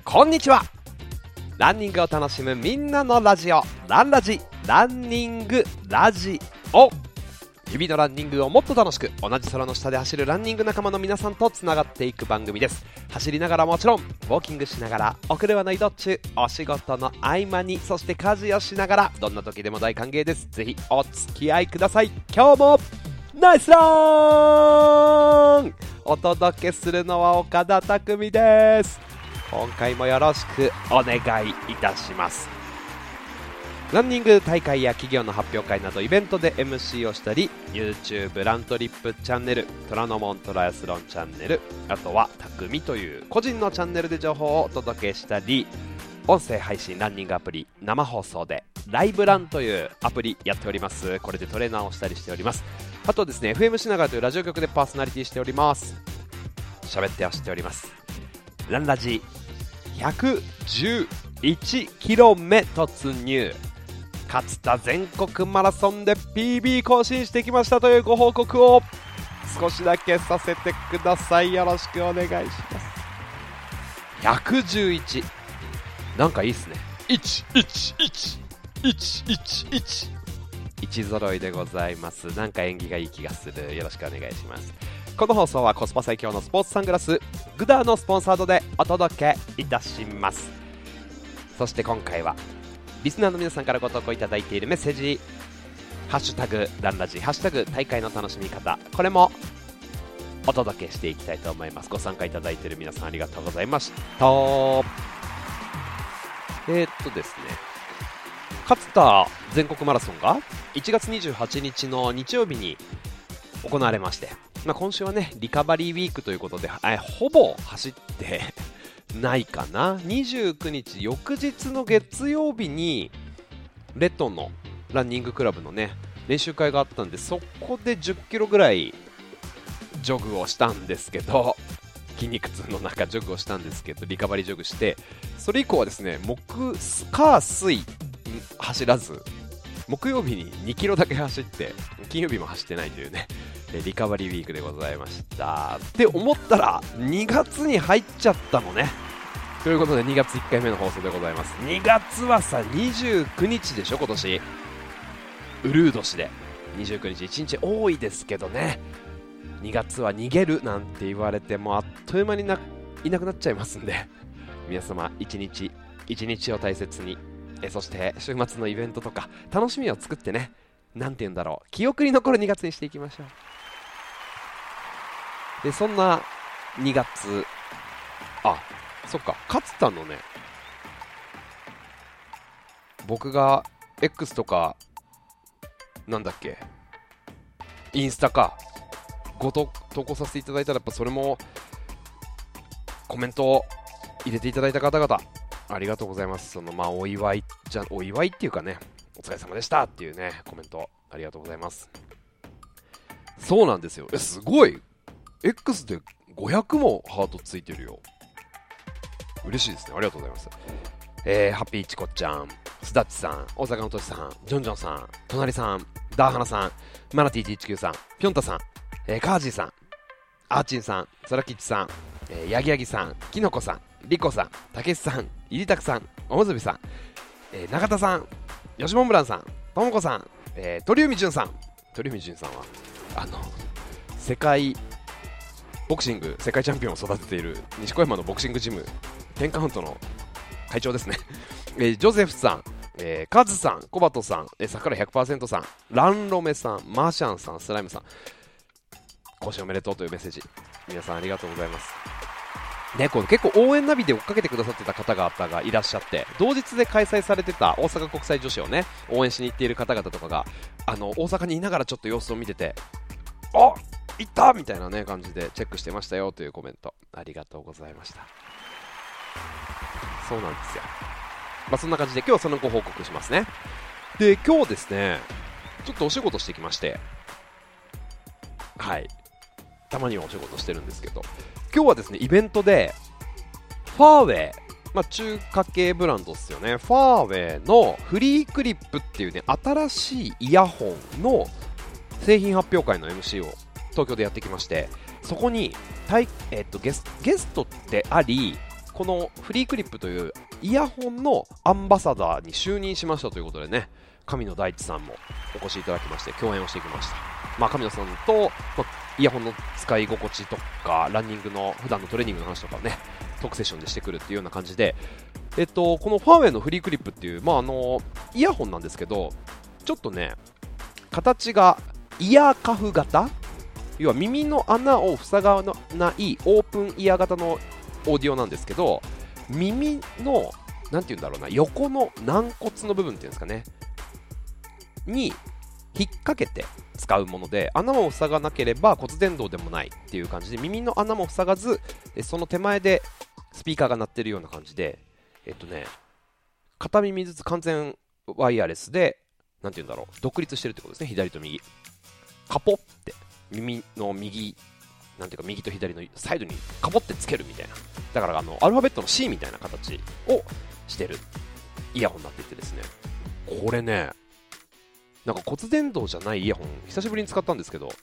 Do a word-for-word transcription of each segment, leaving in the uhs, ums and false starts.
こんにちは。ランニングを楽しむみんなのラジオ、ランラジ、ランニングラジオ。日々のランニングをもっと楽しく、同じ空の下で走るランニング仲間の皆さんとつながっていく番組です。走りながらもちろん、ウォーキングしながら、お車の移動中、お仕事の合間に、そして家事をしながら、どんな時でも大歓迎です。ぜひお付き合いください。今日もナイスランお届けするのは岡田匠です。今回もよろしくお願いいたします。ランニング大会や企業の発表会などイベントで エムシー をしたり、 YouTube ラントリップチャンネル、虎ノ門トライアスロンチャンネル、あとは匠という個人のチャンネルで情報をお届けしたり、音声配信ランニングアプリ生放送でライブランというアプリやっております。これでトレーナーをしたりしております。あとですね、 エフエム しながらというラジオ局でパーソナリティしております。喋って走っております。ランラジひゃくじゅういちキロ目突入。勝田全国マラソンで ピービー 更新してきましたというご報告を少しだけさせてください。よろしくお願いします。ひゃくじゅういち、なんかいいっすね。いちいちいちいちいちいちいち揃いでございます。なんか縁起がいい気がする。よろしくお願いします。この放送はコスパ最強のスポーツサングラスグダーのスポンサードでお届けいたします。そして今回はリスナーの皆さんからご投稿いただいているメッセージ、ハッシュタグランラジ、ハッシュタグ大会の楽しみ方、これもお届けしていきたいと思います。ご参加いただいている皆さんありがとうございました。えー、っとですね勝田全国マラソンがいちがつにじゅうはちにちの日曜日に行われまして、まあ、今週はねリカバリーウィークということで、えほぼ走ってないかな。にじゅうくにち翌日の月曜日にレッドンのランニングクラブのね練習会があったんで、そこでじゅっキロぐらいジョグをしたんですけど、筋肉痛の中ジョグをしたんですけど、リカバリージョグして、それ以降はですね木火水走らず、木曜日ににキロだけ走って、金曜日も走ってないというねリカバリーウィークでございましたって思ったらにがつに入っちゃったのね。ということでにがついっかいめの放送でございます。にがつはさにじゅうくにちでしょ今年。ウルー年でにじゅうくにち、いちにち多いですけどね。にがつは逃げるなんて言われてもあっという間にないなくなっちゃいますんで、皆様一日一日を大切に、えそして週末のイベントとか楽しみを作ってね、なんて言うんだろう、記憶に残るにがつにしていきましょう。でそんなにがつ、あ、そっか、勝田のね、僕が X とかなんだっけインスタかごと投稿させていただいたら、やっぱそれもコメントを入れていただいた方々ありがとうございます。そのまあお祝いじゃお祝いっていうかね、お疲れ様でしたっていうねコメントありがとうございます。そうなんですよ。えすごい X でごひゃくもハートついてるよ。嬉しいですね。ありがとうございます。えー、ハッピーチコちゃん、すだっちさん、大阪のとしさん、ジョンジョンさん、隣さん、ダーハナさん、マナティー ティーいちきゅう さん、ぴょんたさん、えー、カージーさん、アーチンさん、ソラキッチさん、えー、ヤギヤギさん、キノコさん、リコさん、たけしさん、いりたくさん、おむずびさん、えー、中田さん、よしもんぶらんさん、ともこさん、えー、鳥海淳さん。鳥海淳さんはあの世界ボクシング世界チャンピオンを育てている西小山のボクシングジムテンカウントの会長ですね。えー、ジョゼフさん、えー、カズさん、コバトさん、えー、桜 ひゃくパーセント さん、ランロメさん、マーシャンさん、スライムさん、更新おめでとうというメッセージ、皆さんありがとうございます。ね、この結構応援ナビで追っかけてくださってた方々がいらっしゃって、同日で開催されてた大阪国際女子をね応援しに行っている方々とかがあの大阪にいながらちょっと様子を見てて、あ、行ったみたいなね感じでチェックしてましたよというコメントありがとうございました。そうなんですよ。まあそんな感じで今日はそのご報告しますね。で今日ですねちょっとお仕事してきまして、はい、たまにはお仕事してるんですけど、今日はですねイベントでファーウェイ、まあ、中華系ブランドですよね、ファーウェイのフリークリップっていうね新しいイヤホンの製品発表会の エムシー を東京でやってきまして、そこに、えー、とゲス、ゲストでありこのフリークリップというイヤホンのアンバサダーに就任しましたということでね、神野大地さんもお越しいただきまして共演をしてきました。まあ、神野さんと、まあ、イヤホンの使い心地とかランニングの普段のトレーニングの話とかをねトークセッションでしてくるっていうような感じで、えっと、このファーウェイのフリークリップっていう、まあ、あのイヤホンなんですけど、ちょっとね形がイヤーカフ型、要は耳の穴を塞がないオープンイヤー型のオーディオなんですけど、耳のなんていうんだろうな、横の軟骨の部分っていうんですかねに引っ掛けて使うもので、穴も塞がなければ骨伝導でもないっていう感じで、耳の穴も塞がずその手前でスピーカーが鳴ってるような感じで、えっとね片耳ずつ完全ワイヤレスで、なんていうんだろう、独立してるってことですね。左と右カポって耳の右なんていうか右と左のサイドにカポってつけるみたいな、だからあのアルファベットの C みたいな形をしてるイヤホンになっていてですね、これねなんか骨伝導じゃないイヤホン久しぶりに使ったんですけど、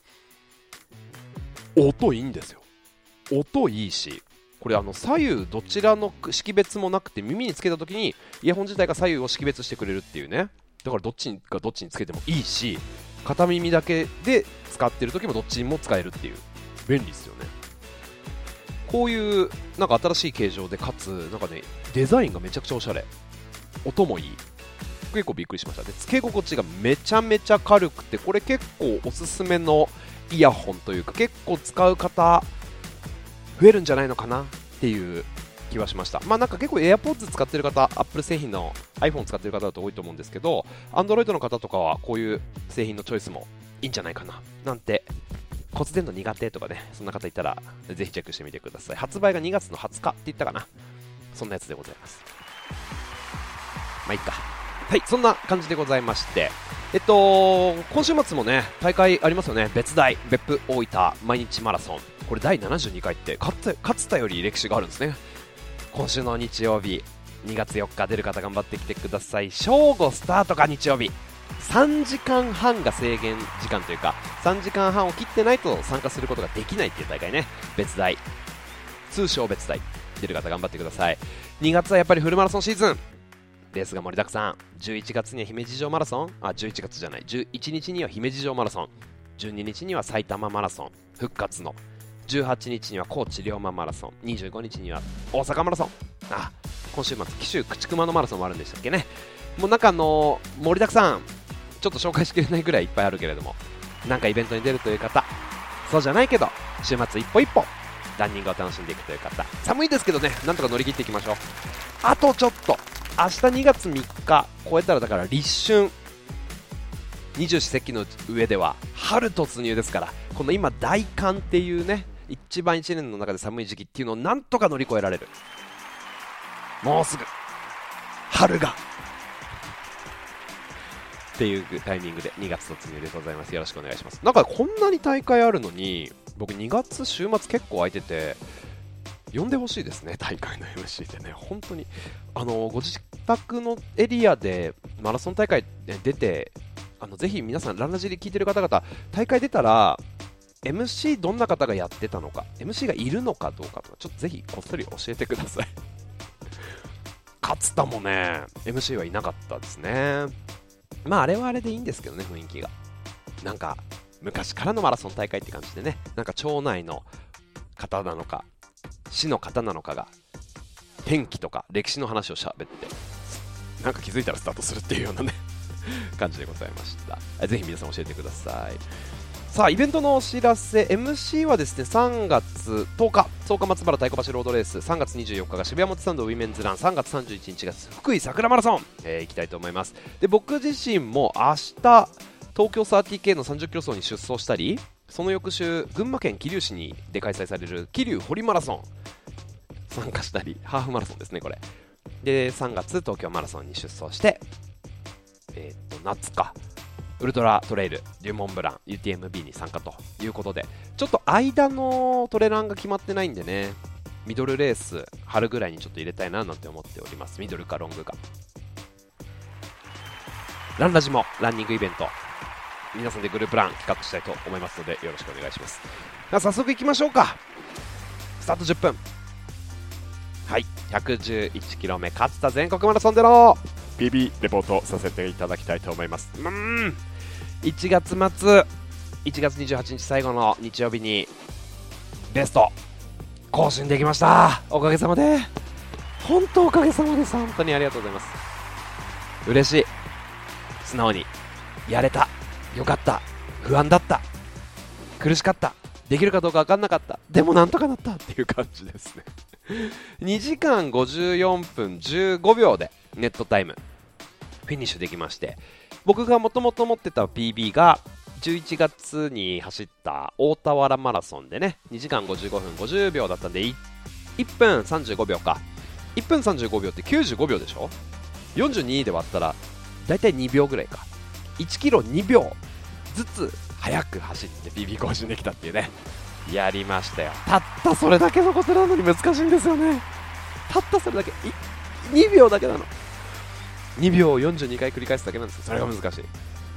音いいんですよ。音いいし、これあの左右どちらの識別もなくて、耳につけた時にイヤホン自体が左右を識別してくれるっていうね。だからどっちがどっちにつけてもいいし、片耳だけで使ってる時もどっちにも使えるっていう便利ですよね。こういうなんか新しい形状で、かつなんかねデザインがめちゃくちゃおしゃれ、音もいい、結構びっくりしました。でつけ心地がめちゃめちゃ軽くて、これ結構おすすめのイヤホンというか、結構使う方増えるんじゃないのかなっていう気はしました。まあなんか結構 AirPods 使ってる方、Apple 製品の iPhone 使ってる方だと多いと思うんですけど、 Android の方とかはこういう製品のチョイスもいいんじゃないかななんて。骨伝導苦手とかね、そんな方いたらぜひチェックしてみてください。発売がにがつのはつかって言ったかな、そんなやつでございます。まあいいか。はい、そんな感じでございまして、えっと今週末もね大会ありますよね。別大別府大分毎日マラソン、これだいななじゅうにかいって勝田、勝田より歴史があるんですね。今週の日曜日にがつよっか出る方頑張ってきてください。正午スタートか、日曜日さんじかんはんが制限時間というか、さんじかんはんを切ってないと参加することができないっていう大会ね。別大、通称別大、出る方頑張ってください。にがつはやっぱりフルマラソンシーズン、レースが盛りだくさん。じゅういちがつには姫路城マラソン、あじゅういちがつじゃない、じゅういちにちには姫路城マラソン、じゅうににちには埼玉マラソン復活の、じゅうはちにちには高知龍馬マラソン、にじゅうごにちには大阪マラソン、あ今週末紀州口熊のマラソンもあるんでしたっけね。もうなんかあのー、盛りだくさん、ちょっと紹介しきれないぐらいいっぱいあるけれども、なんかイベントに出るという方、そうじゃないけど週末一歩一歩ランニングを楽しんでいくという方、寒いですけどね、なんとか乗り切っていきましょう。あとちょっと、明日にがつみっか超えたら、だから立春、二十四節気の上では春突入ですから、この今大寒っていうね、一番一年の中で寒い時期っていうのをなんとか乗り越えられる。もうすぐ春がっていうタイミングでにがつ突入でございます。よろしくお願いします。なんかこんなに大会あるのに、僕にがつ週末結構空いてて、呼んでほしいですね、大会の エムシー でね。本当にあのご自宅のエリアでマラソン大会、ね、出て、あのぜひ皆さんランラジで聞いてる方々、大会出たら エムシー どんな方がやってたのか、 エムシー がいるのかどうかとか、ちょっとぜひこっそり教えてください。勝田もね エムシー はいなかったですね。まああれはあれでいいんですけどね、雰囲気がなんか昔からのマラソン大会って感じでね、なんか町内の方なのか市の方なのかが天気とか歴史の話をしゃべって、なんか気づいたらスタートするっていうようなね感じでございました。ぜひ皆さん教えてください。さあイベントのお知らせ、 エムシー はですねさんがつとおか草加松原太鼓橋ロードレース、さんがつにじゅうよっかが渋谷表参道ウィメンズラン、さんがつさんじゅういちにちが福井桜マラソン、えー、行きたいと思います。で僕自身も明日東京 サーティーケー のさんじゅっキロ走に出走したり、その翌週群馬県桐生市にで開催される桐生堀マラソン参加したり、ハーフマラソンですねこれで、さんがつ東京マラソンに出走して、えー、っと夏かウルトラトレイルデュモンブラン ユーティーエムビー に参加ということで、ちょっと間のトレランが決まってないんでね、ミドルレース春ぐらいにちょっと入れたいななんて思っております。ミドルかロングか。ランラジもランニングイベント皆さんでグループラン企画したいと思いますのでよろしくお願いします。早速行きましょうか。スタートじゅっぷん、 はい、ひゃくじゅういちキロめ勝田全国マラソンでの ピービー レポートさせていただきたいと思います。うーんいちがつ末、いちがつにじゅうはちにち最後の日曜日にベスト更新できました。おかげさまで、本当おかげさまです。本当にありがとうございます。嬉しい。素直にやれた、よかった、不安だった、苦しかった、できるかどうか分かんなかった、でもなんとかなったっていう感じですねにじかんごじゅうよんぷんじゅうごびょうでネットタイムフィニッシュできまして、僕がもともと持ってた ピービー がじゅういちがつに走った大田原マラソンでね、にじかんごじゅうごふんごじゅうびょうだったんで、いっぷんさんじゅうごびょうか。いっぷんさんじゅうごびょうってきゅうじゅうごびょうでしょ。よんじゅうにで割ったらだいたいにびょうぐらいか。いちキロにびょうずつ速く走って ピービー 更新できたっていうね、やりましたよ。たったそれだけのことなのに難しいんですよね。たったそれだけ、にびょうだけなの。にびょうをよんじゅうにかい繰り返すだけなんですよ。それが難しい。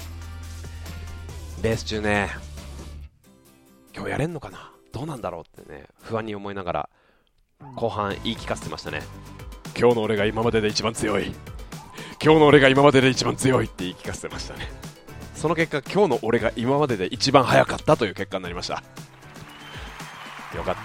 レース中ね、今日やれんのかな、どうなんだろうってね、不安に思いながら後半言い聞かせてましたね。今日の俺が今までで一番強い、今日の俺が今までで一番強いって言い聞かせてましたね。その結果、今日の俺が今までで一番速かったという結果になりました。よかった。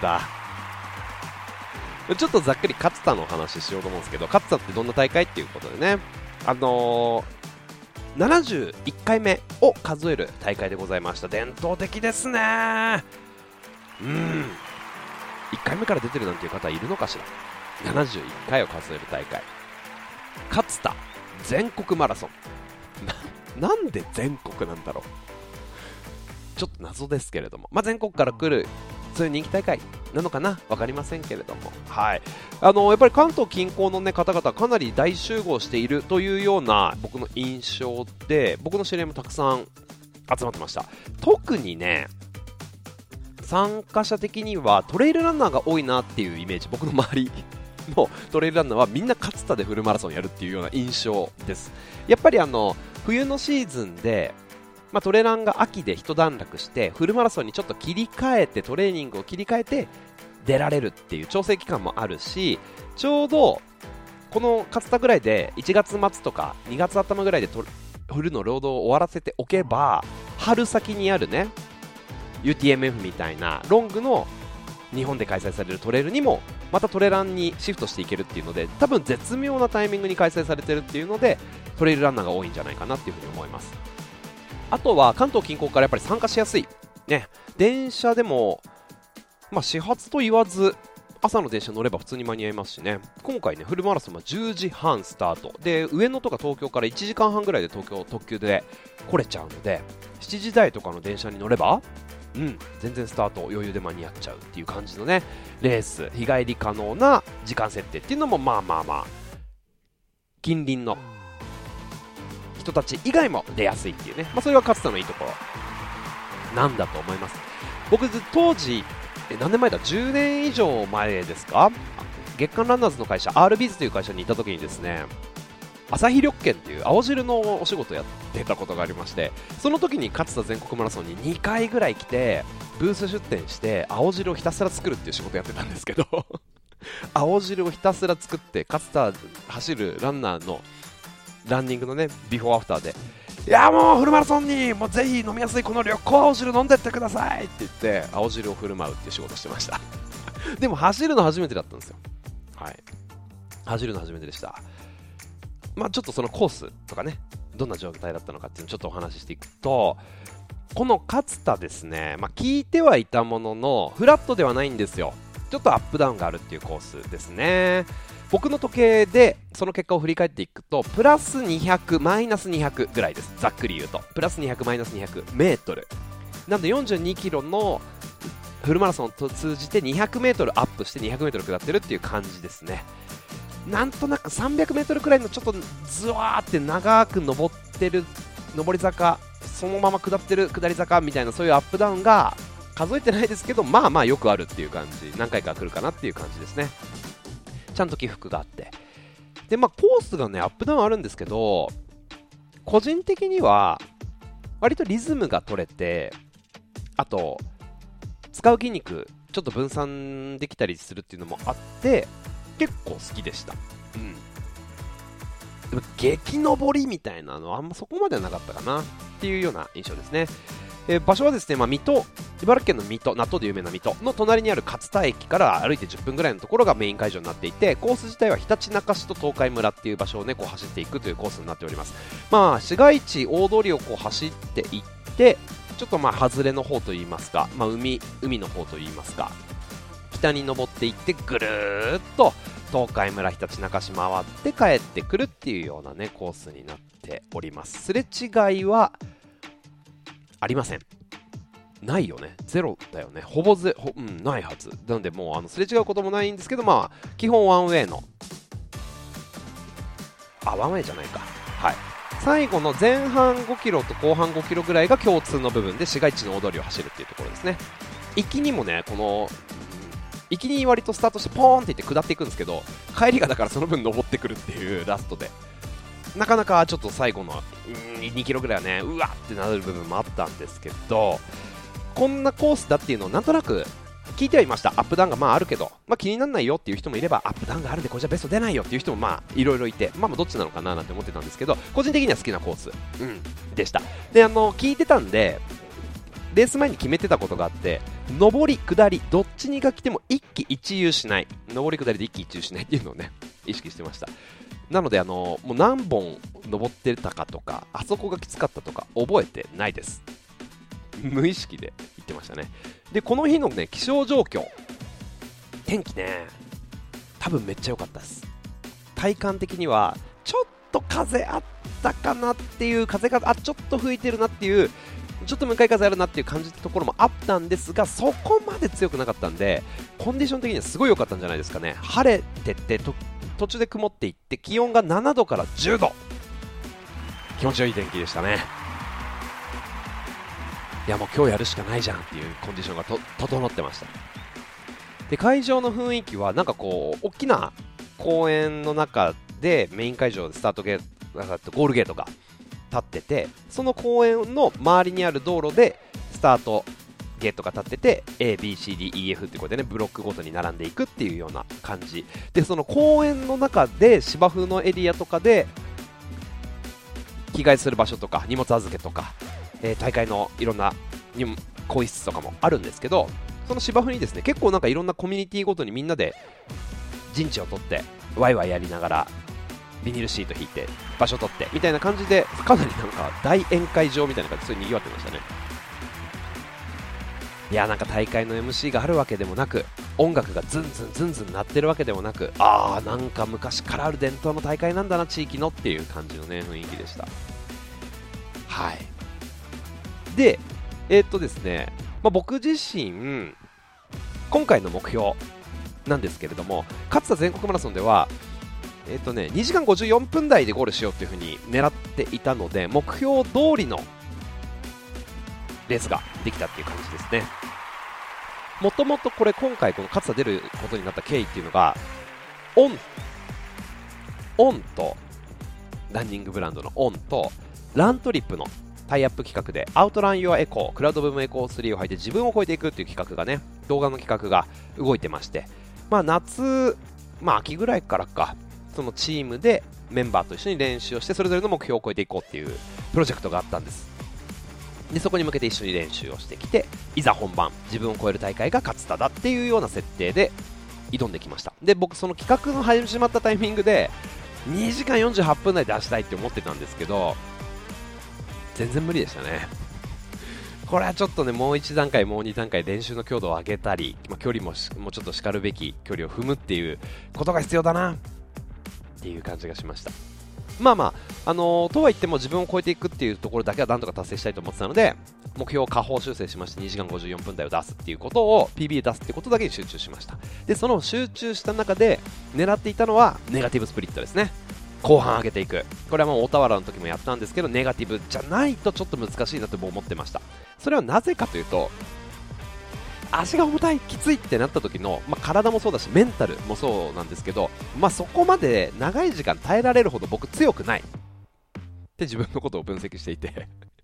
ちょっとざっくり勝田の話しようと思うんですけど、勝田ってどんな大会っていうことでね、あのーななじゅういっかいめを数える大会でございました。伝統的ですね。うん、いっかいめから出てるなんていう方いるのかしら。ななじゅういっかいを数える大会、勝田全国マラソンな, なんで全国なんだろう、ちょっと謎ですけれども、まあ、全国から来るそういう人気大会なのかな、分かりませんけれども、はい、あのやっぱり関東近郊の、ね、方々かなり大集合しているというような僕の印象で、僕の知り合いもたくさん集まってました。特にね、参加者的にはトレイルランナーが多いなっていうイメージ、僕の周りのトレイルランナーはみんな勝田でフルマラソンやるっていうような印象です。やっぱりあの冬のシーズンで、まあ、トレランが秋で一段落してフルマラソンにちょっと切り替えて、トレーニングを切り替えて出られるっていう調整期間もあるし、ちょうどこの勝田ぐらいでいちがつまつとかにがつあたまぐらいでフルの労働を終わらせておけば、春先にあるね ユーティーエムエフ みたいなロングの日本で開催されるトレイルにもまたトレランにシフトしていけるっていうので、多分絶妙なタイミングに開催されてるっていうのでトレイルランナーが多いんじゃないかなっていうふうに思います。あとは関東近郊からやっぱり参加しやすい、ね、電車でも、まあ、始発と言わず朝の電車乗れば普通に間に合いますしね。今回ねフルマラソンはじゅうじはんスタートで、上野とか東京からいちじかんはんぐらいで東京特急で来れちゃうので、しちじ台とかの電車に乗れば、うん、全然スタート余裕で間に合っちゃうっていう感じのねレース、日帰り可能な時間設定っていうのもまあまあまあ近隣の人たち以外も出やすいっていうね、まあ、それが勝田のいいところなんだと思います。僕当時え何年前だ、じゅうねん以上前ですか、月刊ランナーズの会社 アールビーズ という会社にいた時にですね、朝日緑券っていう青汁のお仕事をやってたことがありまして、その時に勝田全国マラソンににかいぐらい来てブース出店して青汁をひたすら作るっていう仕事やってたんですけど青汁をひたすら作って勝田走るランナーのランニングのねビフォーアフターで、いやもうフルマラソンにもうぜひ飲みやすいこの緑黄青汁飲んでってくださいって言って青汁を振る舞うっていう仕事してましたでも走るの初めてだったんですよ。はい、走るの初めてでした。まあちょっとそのコースとかね、どんな状態だったのかっていうのをちょっとお話ししていくと、この勝田ですね、まあ聞いてはいたもののフラットではないんですよ。ちょっとアップダウンがあるっていうコースですね。僕の時計でその結果を振り返っていくとプラスにひゃくマイナスにひゃくぐらいです。ざっくり言うとプラスにひゃくマイナスにひゃくメートルなんでよんじゅうにキロのフルマラソンを通じてにひゃくメートルアップしてにひゃくメートル下ってるっていう感じですね。なんとなくさんびゃくメートルくらいのちょっとズワーって長く登ってる上り坂、そのまま下ってる下り坂みたいな、そういうアップダウンが数えてないですけど、まあまあよくあるっていう感じ、何回か来るかなっていう感じですね。ちゃんと起伏があって、でまあコースがねアップダウンあるんですけど、個人的には割とリズムが取れて、あと使う筋肉ちょっと分散できたりするっていうのもあって、 結構好きでした。うん。でも激登りみたいなのはあんまそこまではなかったかなっていうような印象ですね。えー、場所はですね、まあ、水戸、茨城県の水戸、納豆で有名な水戸の隣にある勝田駅から歩いてじゅっぷんぐらいのところがメイン会場になっていて、コース自体はひたちなか市と東海村っていう場所をねこう走っていくというコースになっております。まあ市街地大通りをこう走っていってちょっとまあ外れの方といいますか、まあ、海, 海の方といいますか、北に登っていってぐるーっと東海村ひたちなか市回って帰ってくるっていうようなねコースになっております。すれ違いはありません。ないよね。ゼロだよね。ほぼゼほ、うん、ないはず。なのでもうあのすれ違うこともないんですけど、まあ基本ワンウェイのあワンウェイじゃないか。はい。最後の前半ごキロと後半ごキロぐらいが共通の部分で市街地の大通りを走るっていうところですね。行きにもねこの行きに割とスタートしてポーンっていって下っていくんですけど、帰りがだからその分登ってくるっていうラストで。なかなかちょっと最後のにキロぐらいはねうわってなる部分もあったんですけど、こんなコースだっていうのをなんとなく聞いてはいました。アップダウンがまああるけど、まあ、気にならないよっていう人もいれば、アップダウンがあるんでこれじゃベスト出ないよっていう人もまあいろいろいて、まあまあどっちなのかななんて思ってたんですけど、個人的には好きなコース、うん、でした。であの聞いてたんでレース前に決めてたことがあって、上り下りどっちにが来ても一喜一憂しない、上り下りで一喜一憂しないっていうのをね意識してました。なのであのもう何本登ってたかとかあそこがきつかったとか覚えてないです。無意識で言ってましたね。でこの日のね気象状況、天気ね多分めっちゃ良かったです。体感的にはちょっと風あったかなっていう、風があちょっと吹いてるなっていう、ちょっと向かい風あるなっていう感じたところもあったんですが、そこまで強くなかったんでコンディション的にはすごい良かったんじゃないですかね。晴れててと途中で曇っていって気温がななどからじゅうど、気持ちよい天気でしたね。いやもう今日やるしかないじゃんっていうコンディションがと整ってました。で会場の雰囲気はなんかこう大きな公園の中でメイン会場でスタートゲートゴールゲートが立ってて、その公園の周りにある道路でスタートゲートが立ってて エービーシーディーイーエフ ってこれでねブロックごとに並んでいくっていうような感じで、その公園の中で芝生のエリアとかで着替えする場所とか荷物預けとか、えー、大会のいろんな更衣室とかもあるんですけど、その芝生にですね結構なんかいろんなコミュニティごとにみんなで陣地を取ってワイワイやりながらビニールシート引いて場所取ってみたいな感じで、かなりなんか大宴会場みたいな感じでそういう賑わってましたね。いやなんか大会の エムシー があるわけでもなく、音楽がズンズンズンズン鳴ってるわけでもなく、あーなんか昔からある伝統の大会なんだな地域のっていう感じのね雰囲気でした。はい。でえー、っとですね、まあ、僕自身今回の目標なんですけれども、勝田全国マラソンではえー、っとねにじかんごじゅうよんぷん台でゴールしようというふうに狙っていたので、目標通りのレースができたっていう感じですね。もともとこれ今回この勝田出ることになった経緯っていうのが、オンオンとランニングブランドのオンとラントリップのタイアップ企画でアウトランユアエコークラウドブームエコースリーを履いて自分を超えていくっていう企画がね、動画の企画が動いてまして、まあ夏まあ秋ぐらいからか、そのチームでメンバーと一緒に練習をしてそれぞれの目標を超えていこうっていうプロジェクトがあったんです。でそこに向けて一緒に練習をしてきて、いざ本番自分を超える大会が勝田だっていうような設定で挑んできました。で僕その企画の始まったタイミングでにじかんよんじゅうはっぷん台出したいって思ってたんですけど、全然無理でしたね。これはちょっとねもういちだんかいもうにだんかい練習の強度を上げたり、まあ、距離ももうちょっとしかるべき距離を踏むっていうことが必要だなっていう感じがしました。まあまあ、あのー、とは言っても自分を超えていくっていうところだけはなんとか達成したいと思ってたので、目標を下方修正しましてにじかんごじゅうよんぷん台を出すっていうことを ピービー で出すっていうことだけに集中しました。でその集中した中で狙っていたのはネガティブスプリットですね。後半上げていく、これはもう大田原の時もやったんですけど、ネガティブじゃないとちょっと難しいなと思ってました。それはなぜかというと、足が重たいきついってなった時の、まあ、体もそうだしメンタルもそうなんですけど、まあ、そこまで長い時間耐えられるほど僕強くないって自分のことを分析していて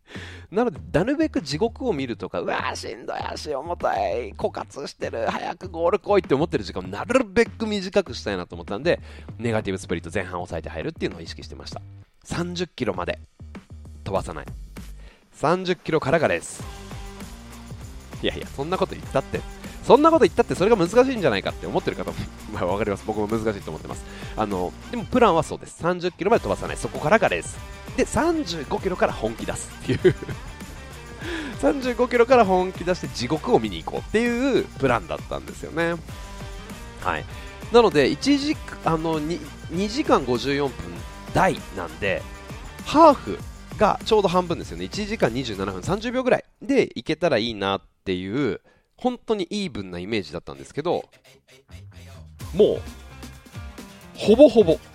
なのでなるべく地獄を見るとか、うわーしんどい、足重たい、枯渇してる、早くゴール来いって思ってる時間をなるべく短くしたいなと思ったんで、ネガティブスプリット前半抑えて入るっていうのを意識してました。さんじゅっキロまで飛ばさない、さんじゅっキロからがレース。いやいや、そんなこと言ったってそんなこと言ったってそれが難しいんじゃないかって思ってる方もまあ分かります。僕も難しいと思ってます。あのでもプランはそうです。さんじゅっキロまで飛ばさない、そこからがレースで、さんじゅうごキロから本気出すっていうさんじゅうごキロから本気出して地獄を見に行こうっていうプランだったんですよね。はい。なのでいちじあの 2, にじかんごじゅうよんぷん台なんで、ハーフがちょうど半分ですよね。いちじかんにじゅうななふんさんじゅうびょうぐらいで行けたらいいなっていう本当にイーブンなイメージだったんですけど、もうほぼほぼ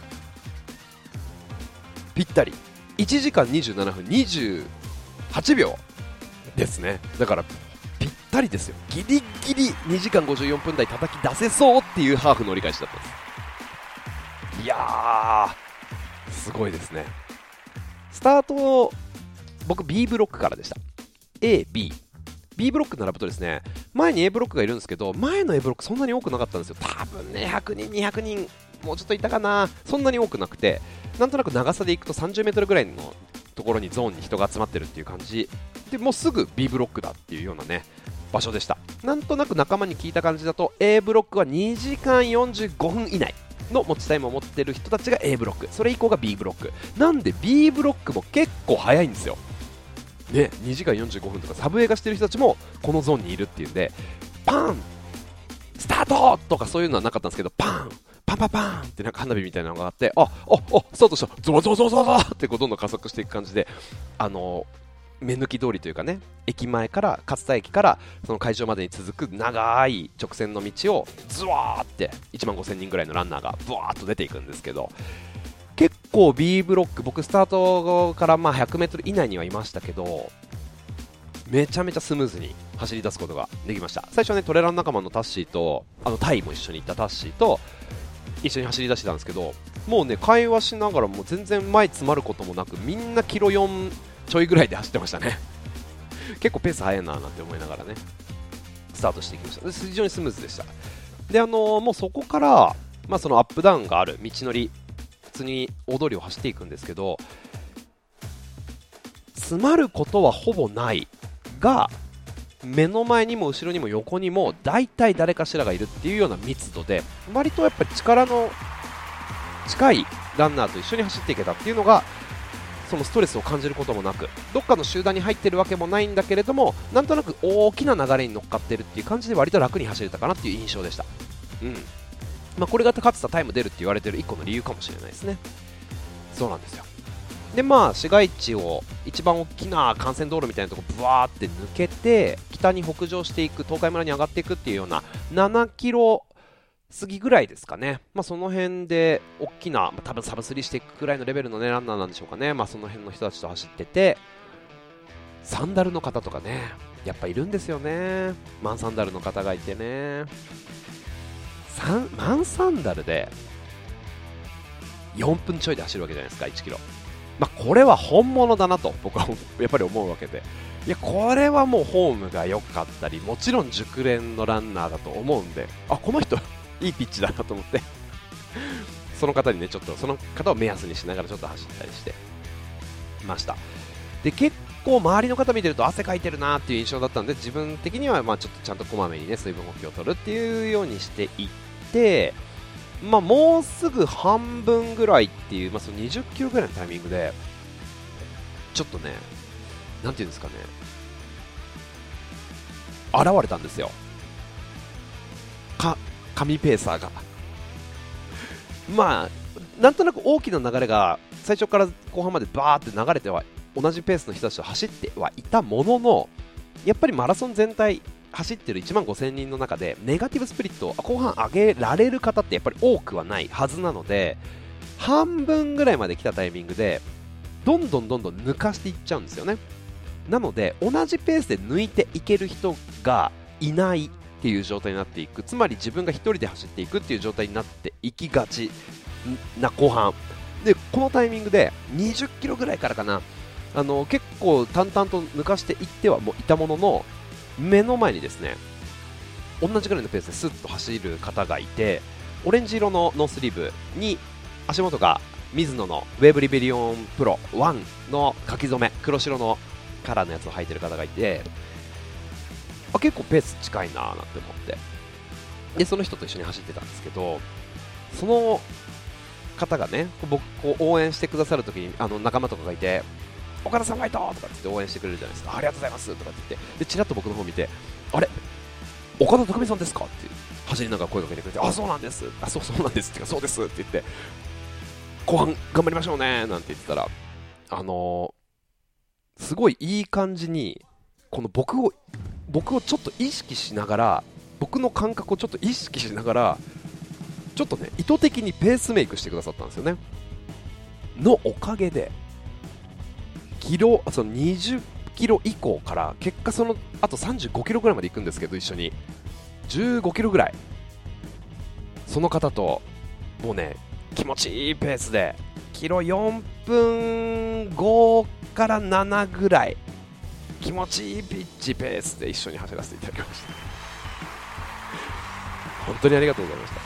ぴったりいちじかんにじゅうななふんにじゅうはちびょうですね。だからぴったりですよ。ギリギリにじかんごじゅうよんぷん台叩き出せそうっていうハーフの折り返しだったんです。いやーすごいですね。スタート僕 B ブロックからでした。 A、B B ブロック並ぶとですね、前に A ブロックがいるんですけど、前の A ブロックそんなに多くなかったんですよ。多分ね、ひゃくにんにひゃくにんもうちょっといたかな。そんなに多くなくて、なんとなく長さでいくとさんじゅうメートルぐらいのところにゾーンに人が集まってるっていう感じで、もうすぐ B ブロックだっていうようなね場所でした。なんとなく仲間に聞いた感じだと A ブロックはにじかんよんじゅうごふん以内の持ちタイムを持ってる人たちが A ブロック、それ以降が B ブロックなんで、 B ブロックも結構早いんですよね。にじかんよんじゅうごふんとかサブ映画してる人たちもこのゾーンにいるっていうんで、パンスタートとかそういうのはなかったんですけど、パンパンパンパンってなんか花火みたいなのがあって、あああスタートした、ゾワゾワゾワゾワってこうどんどん加速していく感じで、あの目抜き通りというかね、駅前から勝田駅からその会場までに続く長い直線の道をズワーっていちまんごせんにんぐらいのランナーがブワーっと出ていくんですけど、結構 B ブロック、僕スタートからまあひゃくメートル以内にはいましたけど、めちゃめちゃスムーズに走り出すことができました。最初はね、トレラン仲間のタッシーと、あのタイも一緒に行ったタッシーと一緒に走り出してたんですけど、もうね会話しながらも全然前詰まることもなく、みんなキロよんちょいぐらいで走ってましたね結構ペース速いななんて思いながらねスタートしていきました。非常にスムーズでした。で、あのー、もうそこから、まあ、そのアップダウンがある道のり、普通に大通りを走っていくんですけど、詰まることはほぼないが、目の前にも後ろにも横にも大体誰かしらがいるっていうような密度で、割とやっぱり力の近いランナーと一緒に走っていけたっていうのが、そのストレスを感じることもなく、どっかの集団に入ってるわけもないんだけれども、なんとなく大きな流れに乗っかってるっていう感じで割と楽に走れたかなっていう印象でした。うん、まあ、これが勝つとタイム出るって言われてるいっこの理由かもしれないですね。そうなんですよ。で、まあ市街地を一番大きな幹線道路みたいなところブワーって抜けて北に北上していく、東海村に上がっていくっていうようなななキロ過ぎぐらいですかね。まあその辺で大きな、まあ、多分サブスリーしていくくらいのレベルの、ね、ランナーなんでしょうかね。まあその辺の人たちと走ってて、サンダルの方とかね、やっぱいるんですよね。マンサンダルの方がいてね、サンマンサンダルでよんぷんちょいで走るわけじゃないですか、いちキロ。まあ、これは本物だなと僕はやっぱり思うわけで、いやこれはもうフォームが良かったり、もちろん熟練のランナーだと思うんで、あ、この人いいピッチだなと思ってその方にね、ちょっとその方を目安にしながらちょっと走ったりしてました。で、結構周りの方見てると汗かいてるなっていう印象だったんで、自分的にはまあちょっとちゃんとこまめにね水分補給を取るっていうようにしていって、まあ、もうすぐ半分ぐらいっていう、まあ、そのにじゅっキロぐらいのタイミングでちょっとね、なんていうんですかね、現れたんですよ、か紙ペーサーがまあなんとなく大きな流れが最初から後半までバーって流れては同じペースの人たちと走ってはいたものの、やっぱりマラソン全体走ってるいちまんごせんにんの中でネガティブスプリットを後半上げられる方ってやっぱり多くはないはずなので、半分ぐらいまで来たタイミングでどんどんどんどん抜かしていっちゃうんですよね。なので同じペースで抜いていける人がいないっていう状態になっていく、つまり自分が一人で走っていくっていう状態になっていきがちな後半で、このタイミングでにじゅっキロぐらいからかな、 あの結構淡々と抜かしていってはもういたものの、目の前にですね同じぐらいのペースでスッと走る方がいて、オレンジ色のノースリーブに足元がミズノのウェーブリベリオンプロワンの書き初め黒白のカラーのやつを履いてる方がいて、あ結構ペース近いなーなんて思って、でその人と一緒に走ってたんですけど、その方がね僕こう応援してくださるときにあの仲間とかがいて、岡田さんファイトとかって言って応援してくれるじゃないですか。ありがとうございますとかって言って、でチラッと僕の方見て、あれ岡田匠さんですかって走りながら声かけてくれて、あそうなんです、あそうそうなんですっていうかそうですって言って、後半頑張りましょうねなんて言ってたら、あのー、すごいいい感じにこの僕を僕をちょっと意識しながら、僕の感覚をちょっと意識しながらちょっとね意図的にペースメイクしてくださったんですよね。のおかげでキロそのにじゅっキロ以降から結果そのあとさんじゅうごキロぐらいまで行くんですけど、一緒にじゅうごキロぐらいその方ともうね気持ちいいペースでキロよんぷんごからななぐらい気持ちいいピッチペースで一緒に走らせていただきました。本当にありがとうございました。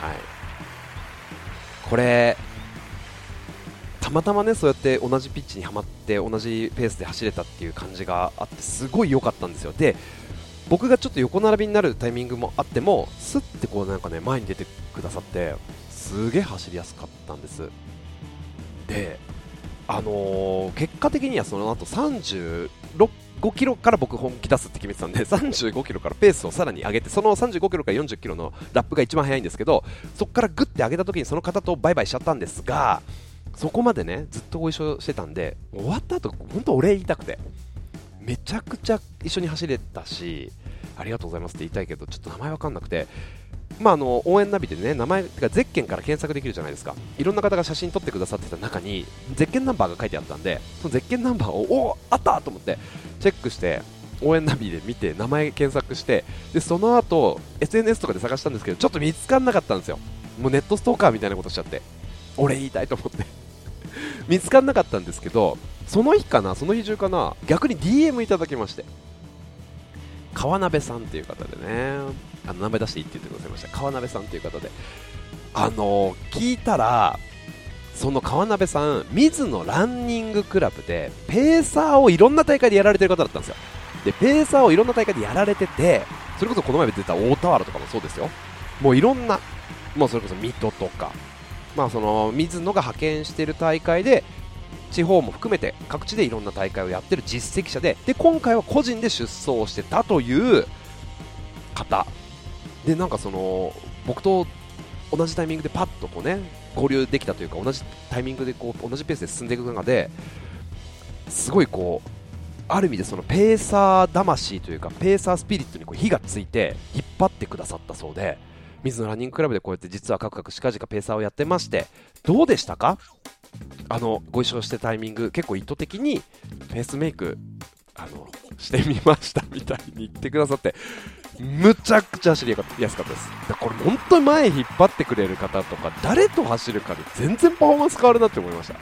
はい、これたまたまねそうやって同じピッチにはまって同じペースで走れたっていう感じがあって、すごい良かったんですよ。で僕がちょっと横並びになるタイミングもあってもスッてこうなんかね前に出てくださってすげえ走りやすかったんです。であのー、結果的にはその後さんじゅうごキロから僕本気出すって決めてたんで、さんじゅうごキロからペースをさらに上げて、そのさんじゅうごキロからよんじゅっキロのラップが一番速いんですけど、そこからグッて上げた時にその方とバイバイしちゃったんですが、そこまでねずっとご一緒してたんで、終わった後本当お礼言いたくて、めちゃくちゃ一緒に走れたし、ありがとうございますって言いたいけどちょっと名前わかんなくて、まあ、あの応援ナビでね名前がゼッケンから検索できるじゃないですか。いろんな方が写真撮ってくださってた中にゼッケンナンバーが書いてあったんで、そのゼッケンナンバーをおあったと思ってチェックして応援ナビで見て名前検索して、でその後 エスエヌエス とかで探したんですけどちょっと見つからなかったんですよ。もうネットストーカーみたいなことしちゃって俺言いたいと思って見つからなかったんですけど、その日かなその日中かな逆に ディーエム いただきまして、川鍋さんっていう方でね、あの名前出していいって言ってくださいました。川鍋さんっていう方で、あのー、聞いたらその川鍋さん水野ランニングクラブでペーサーをいろんな大会でやられてる方だったんですよ。でペーサーをいろんな大会でやられてて、それこそこの前出た大田原とかもそうですよ。もういろんな、もうそれこそ水戸とか、まあその水野が派遣している大会で地方も含めて各地でいろんな大会をやってる実績者で、で今回は個人で出走をしてたという方で、なんかその僕と同じタイミングでパッとこうね合流できたというか、同じタイミングでこう同じペースで進んでいく中ですごいこうある意味でそのペーサー魂というかペーサースピリットにこう火がついて引っ張ってくださったそうで、水野ランニングクラブでこうやって実はカクカクしかじかペーサーをやってまして、どうでしたか？あのご一緒してタイミング結構意図的にペースメイクあのしてみましたみたいに言ってくださって、むちゃくちゃ走りやすかったです。だからこれ本当に前引っ張ってくれる方とか誰と走るかで全然パフォーマンス変わるなって思いました。うん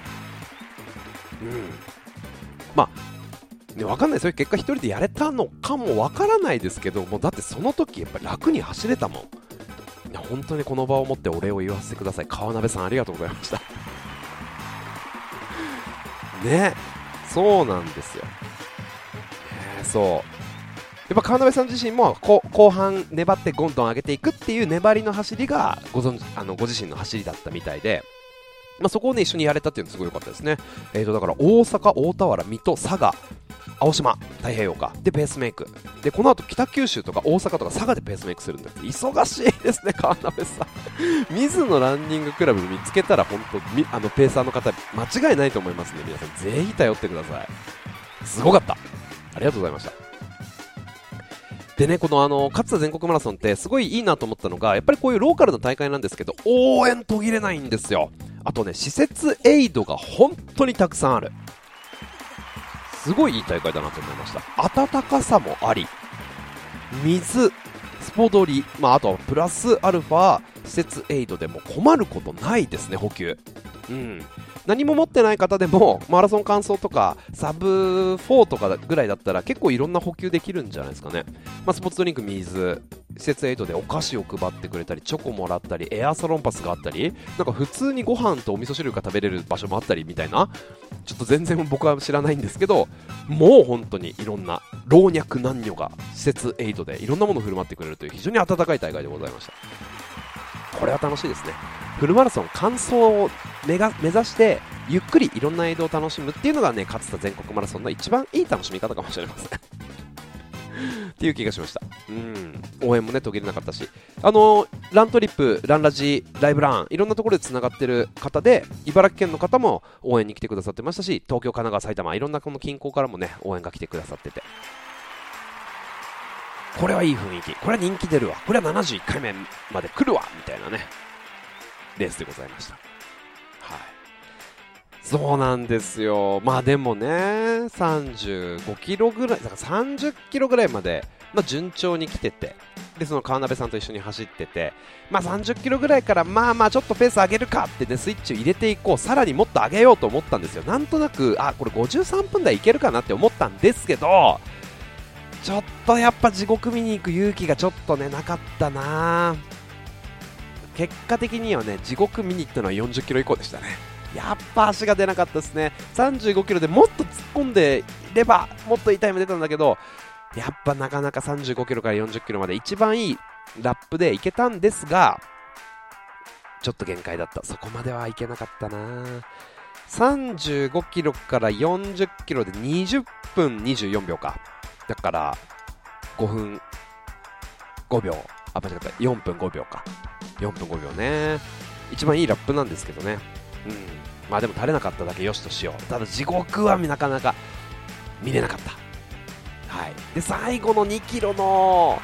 まあね、分かんないですよ、結果一人でやれたのかも分からないですけども、だってその時やっぱり楽に走れたもん。いや本当にこの場を持ってお礼を言わせてください。川鍋さんありがとうございましたね、そうなんですよ、えー、そうやっぱ川鍋さん自身もこ後半粘ってゴンどん上げていくっていう粘りの走りがご存じあのご自身の走りだったみたいで、まあ、そこをね一緒にやれたっていうのすごい良かったですね。えーとだから大阪、大田原、水戸、佐賀、青島、太平洋かでペースメイクで、この後北九州とか大阪とか佐賀でペースメイクするんだって忙しいですね川鍋さん水野ランニングクラブ見つけたら本当あのペーサーの方間違いないと思いますね。皆さんぜひ頼ってください。すごかった、ありがとうございました。でね、このあの勝田全国マラソンってすごいいいなと思ったのが、やっぱりこういうローカルの大会なんですけど応援途切れないんですよ。あとね施設エイドが本当にたくさんある、すごいいい大会だなと思いました。暖かさもあり、水、スポドリ、まあ、あとはプラスアルファ施設エイドでも困ることないですね、補給。うん。 何も持ってない方でもマラソン完走とかサブフォーとかぐらいだったら結構いろんな補給できるんじゃないですかね。まあ、スポーツドリンク、水、施設エイトでお菓子を配ってくれたり、チョコもらったり、エアサロンパスがあったり、なんか普通にご飯とお味噌汁が食べれる場所もあったりみたいな、ちょっと全然僕は知らないんですけど、もう本当にいろんな老若男女が施設エイトでいろんなものを振る舞ってくれるという非常に温かい大会でございました。これは楽しいですね。フルマラソン完走を目が目指してゆっくりいろんな映像を楽しむっていうのがね、勝田全国マラソンの一番いい楽しみ方かもしれませんっていう気がしました。うん、応援もね途切れなかったし、あのー、ラントリップ、ランラジ、ライブラン、いろんなところでつながってる方で、茨城県の方も応援に来てくださってましたし、東京、神奈川、埼玉、いろんなこの近郊からもね応援が来てくださってて、これはいい雰囲気、これは人気出るわ、これはななじゅういっかいめまで来るわみたいなねレースでございました。はい、そうなんですよ。まあでもね、さんじゅうごキロぐらい、だからさんじゅっキロぐらいまで、まあ、順調に来てて、でその川辺さんと一緒に走ってて、まあ、さんじゅっキロぐらいからまあまあちょっとペース上げるかってね、スイッチを入れていこう、さらにもっと上げようと思ったんですよ。なんとなく、あ、これごじゅうさんぷん台いけるかなって思ったんですけど、ちょっとやっぱ地獄見に行く勇気がちょっとねなかったな。結果的にはね、地獄見に行ったのはよんじゅっキロ以降でしたね。やっぱ足が出なかったですね。さんじゅうごキロでもっと突っ込んでいればもっといいタイム出たんだけど、やっぱなかなかさんじゅうごキロからよんじゅっキロまで一番いいラップでいけたんですが、ちょっと限界だった。そこまではいけなかったな。さんじゅうごキロからよんじゅっキロでにじゅっぷんにじゅうよんびょうか。だからごふんごびょう、あ、間違った、よんぷんごびょうか。よんぷんごびょうね、一番いいラップなんですけどね。うん、まあでも垂れなかっただけよしとしよう。ただ地獄はなかなか見れなかった。はい、で最後のにキロの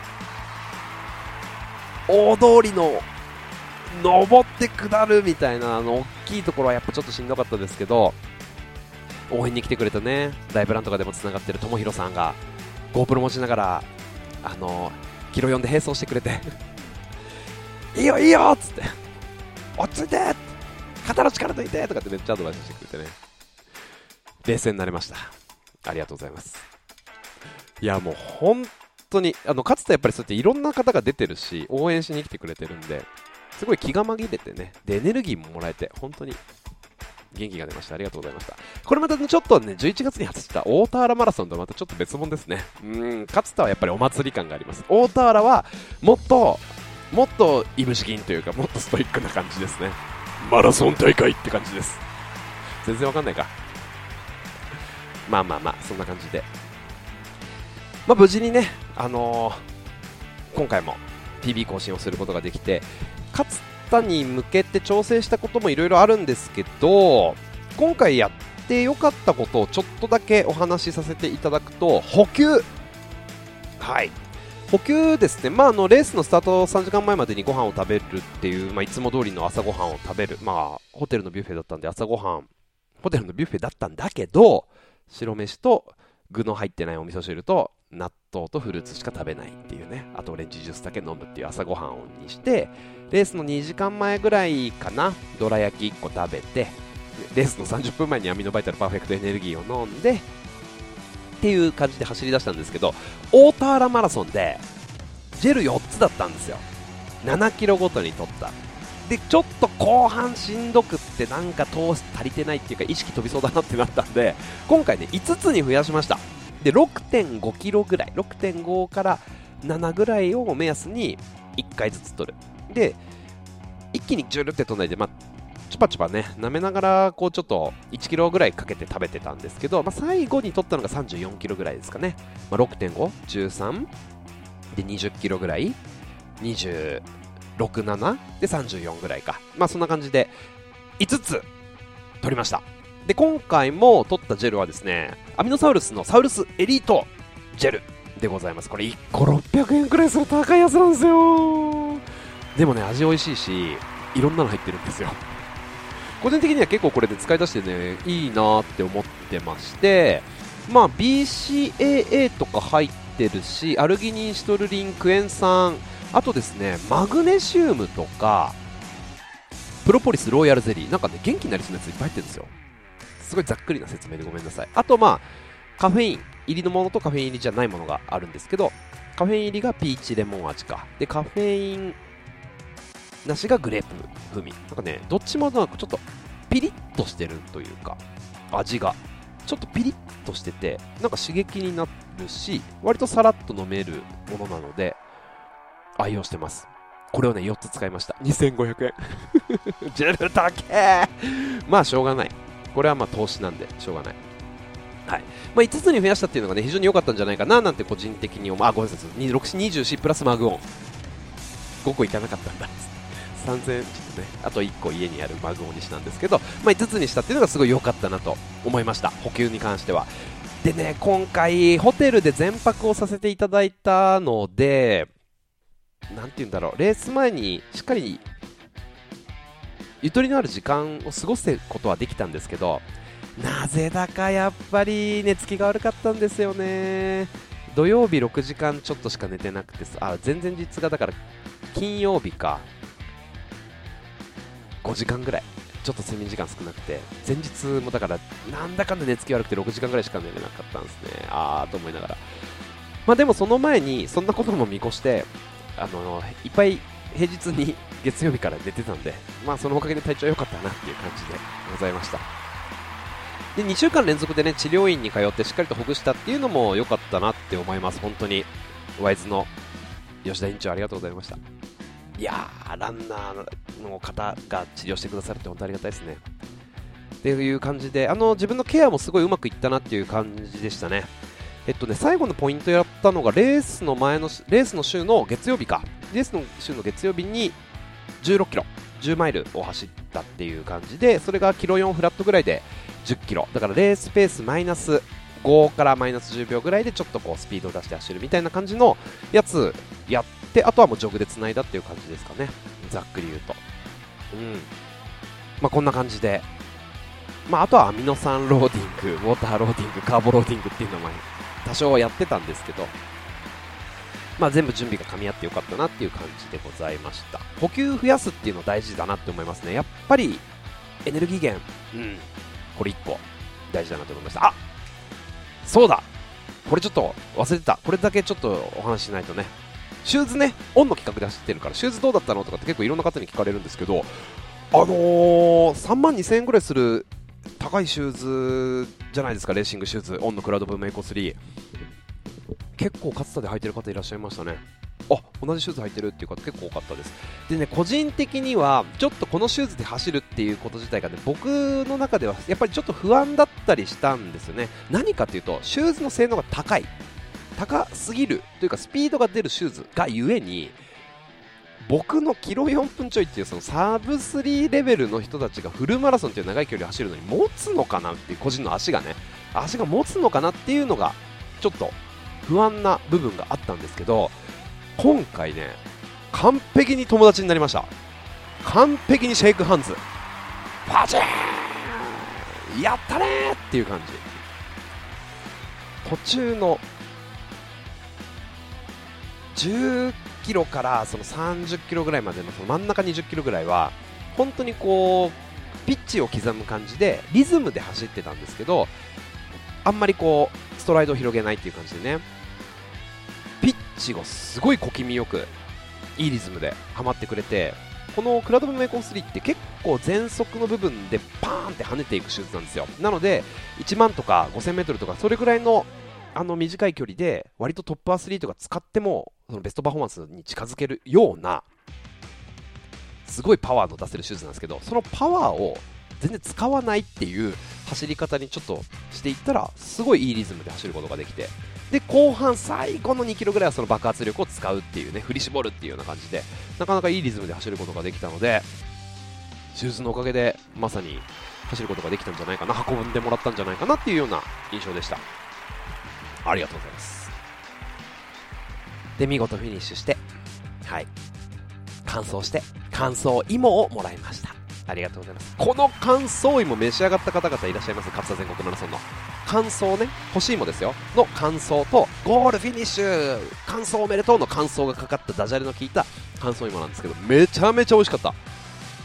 大通りの登って下るみたいなあの大きいところはやっぱちょっとしんどかったですけど、応援に来てくれたね、ライブランとかでもつながってる友広さんが GoPro 持ちながらあのキロよんで並走してくれていいよいいよっつって、落ち着いて、肩の力抜いてとかってめっちゃアドバイスしてくれてね、冷静になれました。ありがとうございます。いやもう本当にあのかつてやっぱりそうやっていろんな方が出てるし応援しに来てくれてるんで、すごい気が紛れてね、でエネルギーももらえて本当に元気が出ました。ありがとうございました。これまた、ね、ちょっとねじゅういちがつに走った大田原マラソンとまたちょっと別物ですね。うーん、勝田はやっぱりお祭り感があります。大田原はもっともっといぶし銀というかもっとストイックな感じですね。マラソン大会って感じです。全然わかんないか。まあまあまあそんな感じで、まあ、無事にね、あのー、今回も ピービー 更新をすることができて、勝田に向けて調整したこともいろいろあるんですけど、今回やってよかったことをちょっとだけお話しさせていただくと、補給、はい、補給ですね。まあ、あのレースのスタートさんじかんまえまでにご飯を食べるっていう、まあ、いつも通りの朝ごはんを食べる、まあ、ホテルのビュッフェだったんで朝ごはん、ホテルのビュッフェだったんだけど、白飯と具の入ってないお味噌汁と納豆とフルーツしか食べないっていうね、あとオレンジジュースだけ飲むっていう朝ごはんにして、レースのにじかんまえぐらいかな、どら焼きいっこ食べて、レースのさんじゅっぷんまえにアミノバイタルパーフェクトエネルギーを飲んでっていう感じで走り出したんですけど、大田原マラソンでジェルよっつだったんですよ。ななキロごとに取った。でちょっと後半しんどくってなんか糖質足りてないっていうか意識飛びそうだなってなったんで、今回ねいつつに増やしました。で ろくてんごキロぐらい、 ろくてんご からななぐらいを目安にいっかいずつ取る。で一気にじゅるって取らないで、まあ、チュパチュパね舐めながらこうちょっといちキロぐらいかけて食べてたんですけど、まあ、最後に取ったのがさんじゅうよんキロぐらいですかね。まあ、ろくてんご、じゅうさんでにじゅっキロぐらい、にじゅうろく、ななでさんじゅうよんぐらいか、まあそんな感じでいつつ取りました。で今回も取ったジェルはですね、アミノサウルスのサウルスエリートジェルでございます。これいっころっぴゃくえんくらいする高いやつなんですよ。でもね味美味しいしいろんなの入ってるんですよ。個人的には結構これで使い出してねいいなって思ってまして、まあ ビーシーエーエー とか入ってるし、アルギニンシトルリンクエン酸、あとですねマグネシウムとかプロポリスローヤルゼリー、なんかね元気になりそうなやついっぱい入ってるんですよ。すごいざっくりな説明でごめんなさい。あとまあカフェイン入りのものとカフェイン入りじゃないものがあるんですけど、カフェイン入りがピーチレモン味かで、カフェインなしがグレープ風味。なんかねどっちもなんかちょっとピリッとしてるというか、味がちょっとピリッとしててなんか刺激になるし、割とさらっと飲めるものなので愛用してます。これをねよっつ使いました。にせんごひゃくえんジェル高え。まあしょうがない、これはまあ投資なんでしょうがない。はい、まあ、いつつに増やしたっていうのがね非常に良かったんじゃないかななんて個人的に思う。あ、ごめんなさい、ろくにじゅうよんプラスマグオンごこいかなかったんださんぜんちょっとね、あといっこ家にあるマグオンにしたんですけど、まあ、いつつにしたっていうのがすごい良かったなと思いました、補給に関しては。でね、今回ホテルで全泊をさせていただいたので、なんて言うんだろう、レース前にしっかりゆとりのある時間を過ごすことはできたんですけど、なぜだかやっぱり寝つきが悪かったんですよね。土曜日ろくじかんちょっとしか寝てなくて、あ、前々日がだから金曜日かごじかんぐらい、ちょっと睡眠時間少なくて、前日もだからなんだかんだ寝つき悪くてろくじかんぐらいしか寝れなかったんですね。あーと思いながら、まあでもその前にそんなことも見越してあのいっぱい平日に月曜日から寝てたんで、まあそのおかげで体調良かったなっていう感じでございました。でにしゅうかん連続でね治療院に通ってしっかりとほぐしたっていうのも良かったなって思います。本当にワイズの吉田院長ありがとうございました。いやー、ランナーの方が治療してくださるって本当ありがたいですねっていう感じで、あの自分のケアもすごいうまくいったなっていう感じでしたね。えっとね最後のポイントやったのがレースの前のレースの週の月曜日かレースの週の月曜日にじゅうろっキロじゅうマイルを走ったっていう感じで、それがキロよんフラットぐらいでじゅっキロだからレースペースマイナスごからマイナスじゅうびょうぐらいでちょっとこうスピードを出して走るみたいな感じのやつやって、あとはもうジョグでつないだっていう感じですかね、ざっくり言うと。うんまあこんな感じで、まああとはアミノ酸ローディング、ウォーターローディング、カーボローディングっていうのも多少やってたんですけど、まあ全部準備が噛み合ってよかったなっていう感じでございました。補給増やすっていうの大事だなって思いますね。やっぱりエネルギー源、うんこれいっこ大事だなと思いました。あ、そうだ、これちょっと忘れてた。これだけちょっとお話ししないとね。シューズね、オンの企画で走ってるから、シューズどうだったのとかって結構いろんな方に聞かれるんですけど、あのー、さんまんにせんえんぐらいする高いシューズじゃないですか、レーシングシューズ、オンのクラウドブームエコスリー。結構勝田で履いてる方いらっしゃいましたね。あ、同じシューズ履いてるっていう方結構多かったです。でね、個人的にはちょっとこのシューズで走るっていうこと自体がね、僕の中ではやっぱりちょっと不安だったりしたんですよね。何かというと、シューズの性能が高い高すぎるというか、スピードが出るシューズがゆえに、僕のキロよんぷんちょいっていうそのサブスリーレベルの人たちがフルマラソンっていう長い距離を走るのに持つのかなっていう、個人の足がね足が持つのかなっていうのがちょっと不安な部分があったんですけど、今回ね完璧に友達になりました。完璧にシェイクハンズ、パチーンやったねーっていう感じ。途中のじゅっキロからそのさんじゅっキロぐらいまでのその真ん中にじゅっキロぐらいは本当にこうピッチを刻む感じでリズムで走ってたんですけど、あんまりこうストライドを広げないっていう感じでね、ピッチがすごい小気味よくいいリズムでハマってくれて、このクラウドブームエコスリーって結構全速の部分でパーンって跳ねていくシューズなんですよ。なのでいちまんとかごせんメートルとかそれぐらいのあの短い距離で割とトップアスリートが使ってもそのベストパフォーマンスに近づけるようなすごいパワーの出せるシューズなんですけど、そのパワーを全然使わないっていう走り方にちょっとしていったらすごいいいリズムで走ることができて、で後半最後のにキロぐらいはその爆発力を使うっていうね、振り絞るっていうような感じでなかなかいいリズムで走ることができたので、シューズのおかげでまさに走ることができたんじゃないかな、運んでもらったんじゃないかなっていうような印象でした。ありがとうございます。で見事フィニッシュして、はい完走して乾燥芋をもらいました。ありがとうございます。この乾燥芋召し上がった方々いらっしゃいます。勝田全国マラソンの乾燥ね、干し芋ですよの乾燥とゴールフィニッシュ乾燥おめでとうの乾燥がかかったダジャレの効いた乾燥芋なんですけど、めちゃめちゃ美味しかった。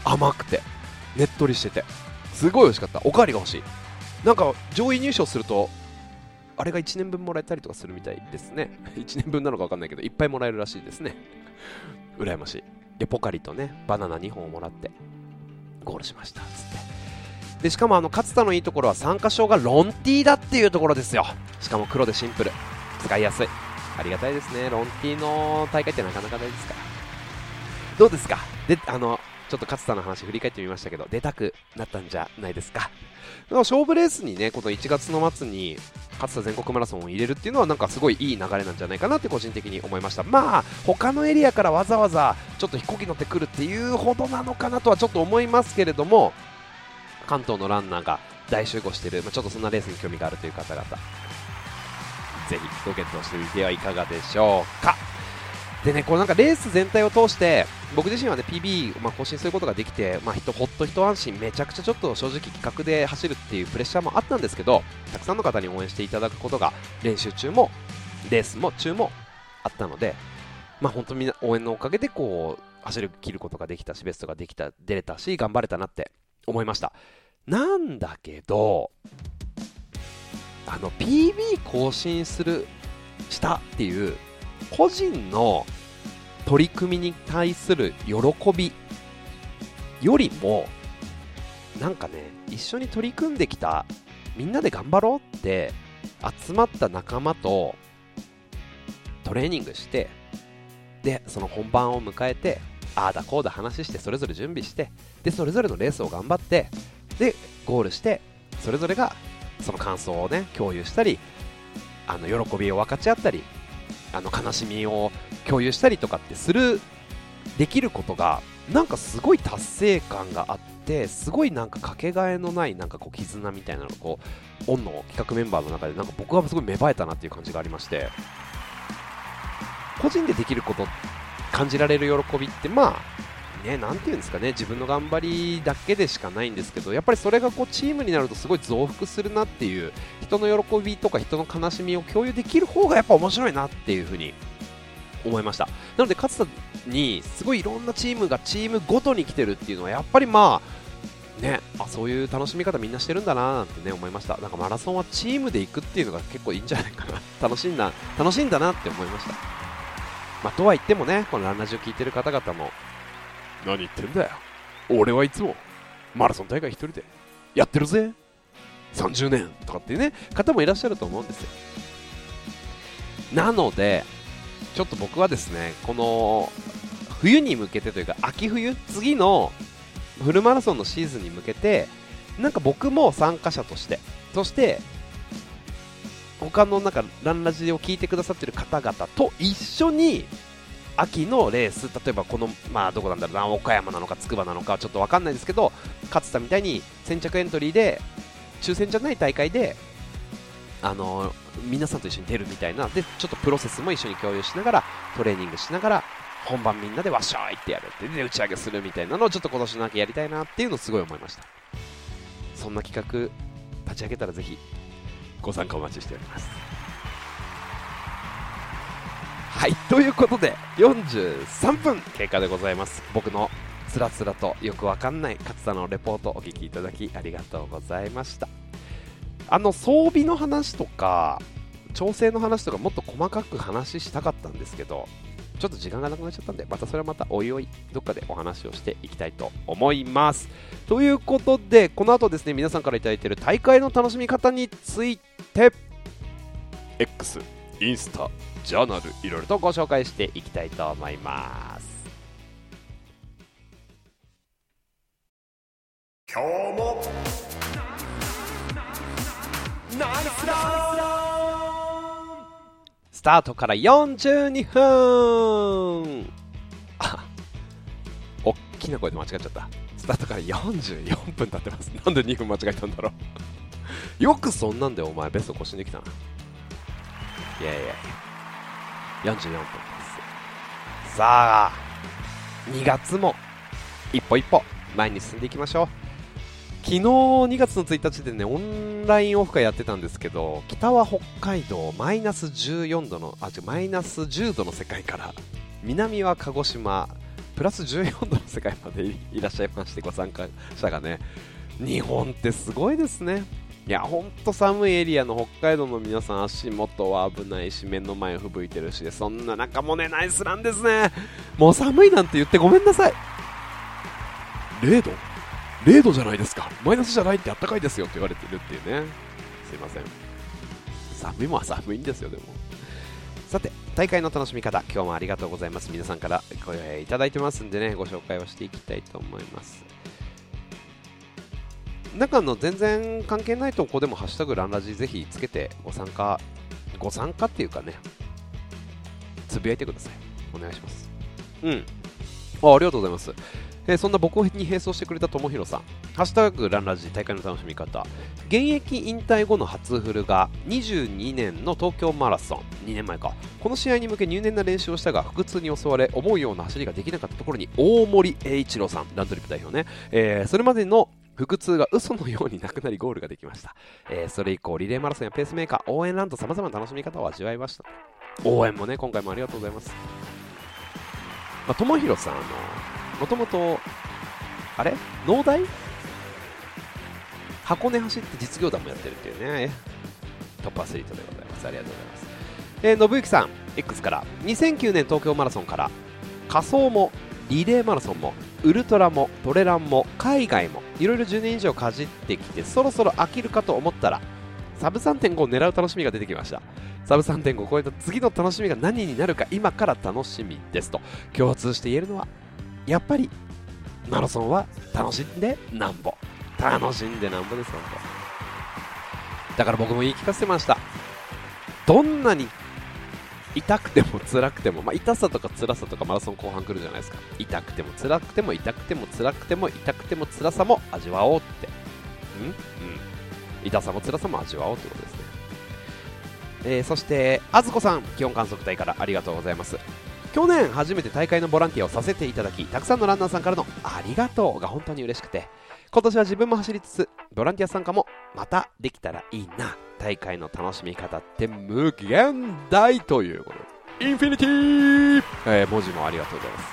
甘くてねっとりしててすごい美味しかった。おかわりが欲しい。なんか上位入賞するとあれがいちねんぶんもらえたりとかするみたいですね。いちねんぶんなのか分かんないけどいっぱいもらえるらしいですね。羨ましい。でポカリとねバナナにほんをもらってゴールしましたつって。でしかもあの勝田のいいところは参加賞がロンティーだっていうところですよ。しかも黒でシンプル、使いやすい、ありがたいですね。ロンティーの大会ってなかなかないですから。どうですか。であのちょっと勝田の話振り返ってみましたけど出たくなったんじゃないですか。勝負レースにねこのいちがつの末に勝田全国マラソンを入れるっていうのはなんかすごいいい流れなんじゃないかなって個人的に思いました。まあ他のエリアからわざわざちょっと飛行機乗ってくるっていうほどなのかなとはちょっと思いますけれども、関東のランナーが大集合している、まあ、ちょっとそんなレースに興味があるという方々ぜひご検討してみてはいかがでしょうか。でね、これなんかレース全体を通して僕自身はね ピービー をまあ更新することができて、まあ、人ほっと一安心、めちゃくちゃちょっと正直企画で走るっていうプレッシャーもあったんですけど、たくさんの方に応援していただくことが練習中もレースも中もあったので、まあ本当みんな応援のおかげでこう走る切ることができたしベストができた出れたし頑張れたなって思いました。なんだけどあの ピービー 更新するしたっていう個人の取り組みに対する喜びよりもなんかね一緒に取り組んできたみんなで頑張ろうって集まった仲間とトレーニングしてでその本番を迎えてああだこうだ話してそれぞれ準備してでそれぞれのレースを頑張ってでゴールしてそれぞれがその感想をね共有したりあの喜びを分かち合ったりあの悲しみを共有したりとかってするできることがなんかすごい達成感があってすごいなんかかけがえのないなんかこう絆みたいなのがこうオンの企画メンバーの中でなんか僕はすごい芽生えたなっていう感じがありまして、個人でできること感じられる喜びってまあねなんていうんですかね自分の頑張りだけでしかないんですけどやっぱりそれがこうチームになるとすごい増幅するなっていう人の喜びとか人の悲しみを共有できる方がやっぱ面白いなっていう風に思いました。なので勝田にすごいいろんなチームがチームごとに来てるっていうのはやっぱりまあねあそういう楽しみ方みんなしてるんだななんてね思いました。なんかマラソンはチームで行くっていうのが結構いいんじゃないかな楽しいんだ楽しいんだなって思いました。まあとは言ってもねこのランラジを聞いてる方々も何言ってんだよ俺はいつもマラソン大会一人でやってるぜさんじゅうねんとかっていうね方もいらっしゃると思うんですよ。なのでちょっと僕はですねこの冬に向けてというか秋冬次のフルマラソンのシーズンに向けてなんか僕も参加者としてそして他のなんかランラジを聞いてくださってる方々と一緒に秋のレース例えばこのまあどこなんだろうな岡山なのか筑波なのかちょっと分かんないですけど勝田みたいに先着エントリーで抽選じゃない大会であのー、皆さんと一緒に出るみたいなでちょっとプロセスも一緒に共有しながらトレーニングしながら本番みんなでわっしょーいってやるってで打ち上げするみたいなのをちょっと今年の秋やりたいなっていうのをすごい思いました。そんな企画立ち上げたらぜひご参加お待ちしております。はいということでよんじゅうさんぷん経過でございます。僕のつらつらとよくわかんない勝田のレポートお聞きいただきありがとうございました。あの装備の話とか調整の話とかもっと細かく話したかったんですけどちょっと時間がなくなっちゃったんでまたそれはまたおいおいどっかでお話をしていきたいと思います。ということでこの後ですね皆さんからいただいている大会の楽しみ方について X、インスタ、ジャーナルいろいろとご紹介していきたいと思います。今日もナイスランスタートからよんじゅうにふんあおっきな声で間違っちゃった。スタートからよんじゅうよんぷん経ってます。なんでにふん間違えたんだろうよくそんなんでお前ベスト更新できたな。いやいやいやよんじゅうよんぷんです。さあにがつも一歩一歩前に進んでいきましょう。昨日にがつのついたちでねオンラインオフ会やってたんですけど北は北海道マイナスじゅうよんどのあ違うマイナスじゅうどの世界から南は鹿児島ププラスじゅうよんどの世界まで い, いらっしゃいまして、ご参加者がね。日本ってすごいですね。いやほんと寒いエリアの北海道の皆さん、足元は危ないし目の前を吹雪いてるし、そんな中もねナイスランですね。もう寒いなんて言ってごめんなさい。れいどれいどじゃないですか、マイナスじゃないってあったかいですよって言われてるっていうね。すいません、寒いもんは寒いんですよ。でもさて、大会の楽しみ方、今日もありがとうございます。皆さんから声いただいてますんでね、ご紹介をしていきたいと思います。中の全然関係ないとこでもハッシュタグランラジぜひつけてご参加ご参加っていうかね、つぶやいてください。お願いします。うん、あ、ありがとうございます。えー、そんな僕に並走してくれたともひろさん、ハッシュタグランラジ大会の楽しみ方、現役引退後の初フルがにじゅうにねんの東京マラソン、にねんまえか。この試合に向け入念な練習をしたが腹痛に襲われ思うような走りができなかったところに大森栄一郎さん、ラントリップ代表ね、えー、それまでの腹痛が嘘のようになくなりゴールができました。えー、それ以降リレーマラソンやペースメーカー、応援ランと様々な楽しみ方を味わいました。応援もね、今回もありがとうございます。まあ、ともひろさん、あのもともとあれ農大箱根走って実業団もやってるっていうね、トップアスリートでございます。ありがとうございます。えー、信之さん X からにせんきゅうねん東京マラソンから仮装もリレーマラソンもウルトラもトレランも海外もいろいろじゅうねん以上かじってきて、そろそろ飽きるかと思ったらサブ さんてんご を狙う楽しみが出てきました。サブ さんてんご を超えた次の楽しみが何になるか今から楽しみですと。共通して言えるのはやっぱりマラソンは楽しんでなんぼ、楽しんでなんぼです。本当だから僕も言い聞かせてました。どんなに痛くても辛くても、まあ、痛さとか辛さとかマラソン後半来るじゃないですか。痛くても辛くても痛くても辛くても痛くても辛さも味わおうって、うん、うん、痛さも辛さも味わおうってことですね。えー、そしてあずこさん、気温観測隊からありがとうございます。去年初めて大会のボランティアをさせていただき、たくさんのランナーさんからのありがとうが本当に嬉しくて、今年は自分も走りつつボランティア参加もまたできたらいいな。大会の楽しみ方って無限大ということで、インフィニティ、えー、文字もありがとうございます。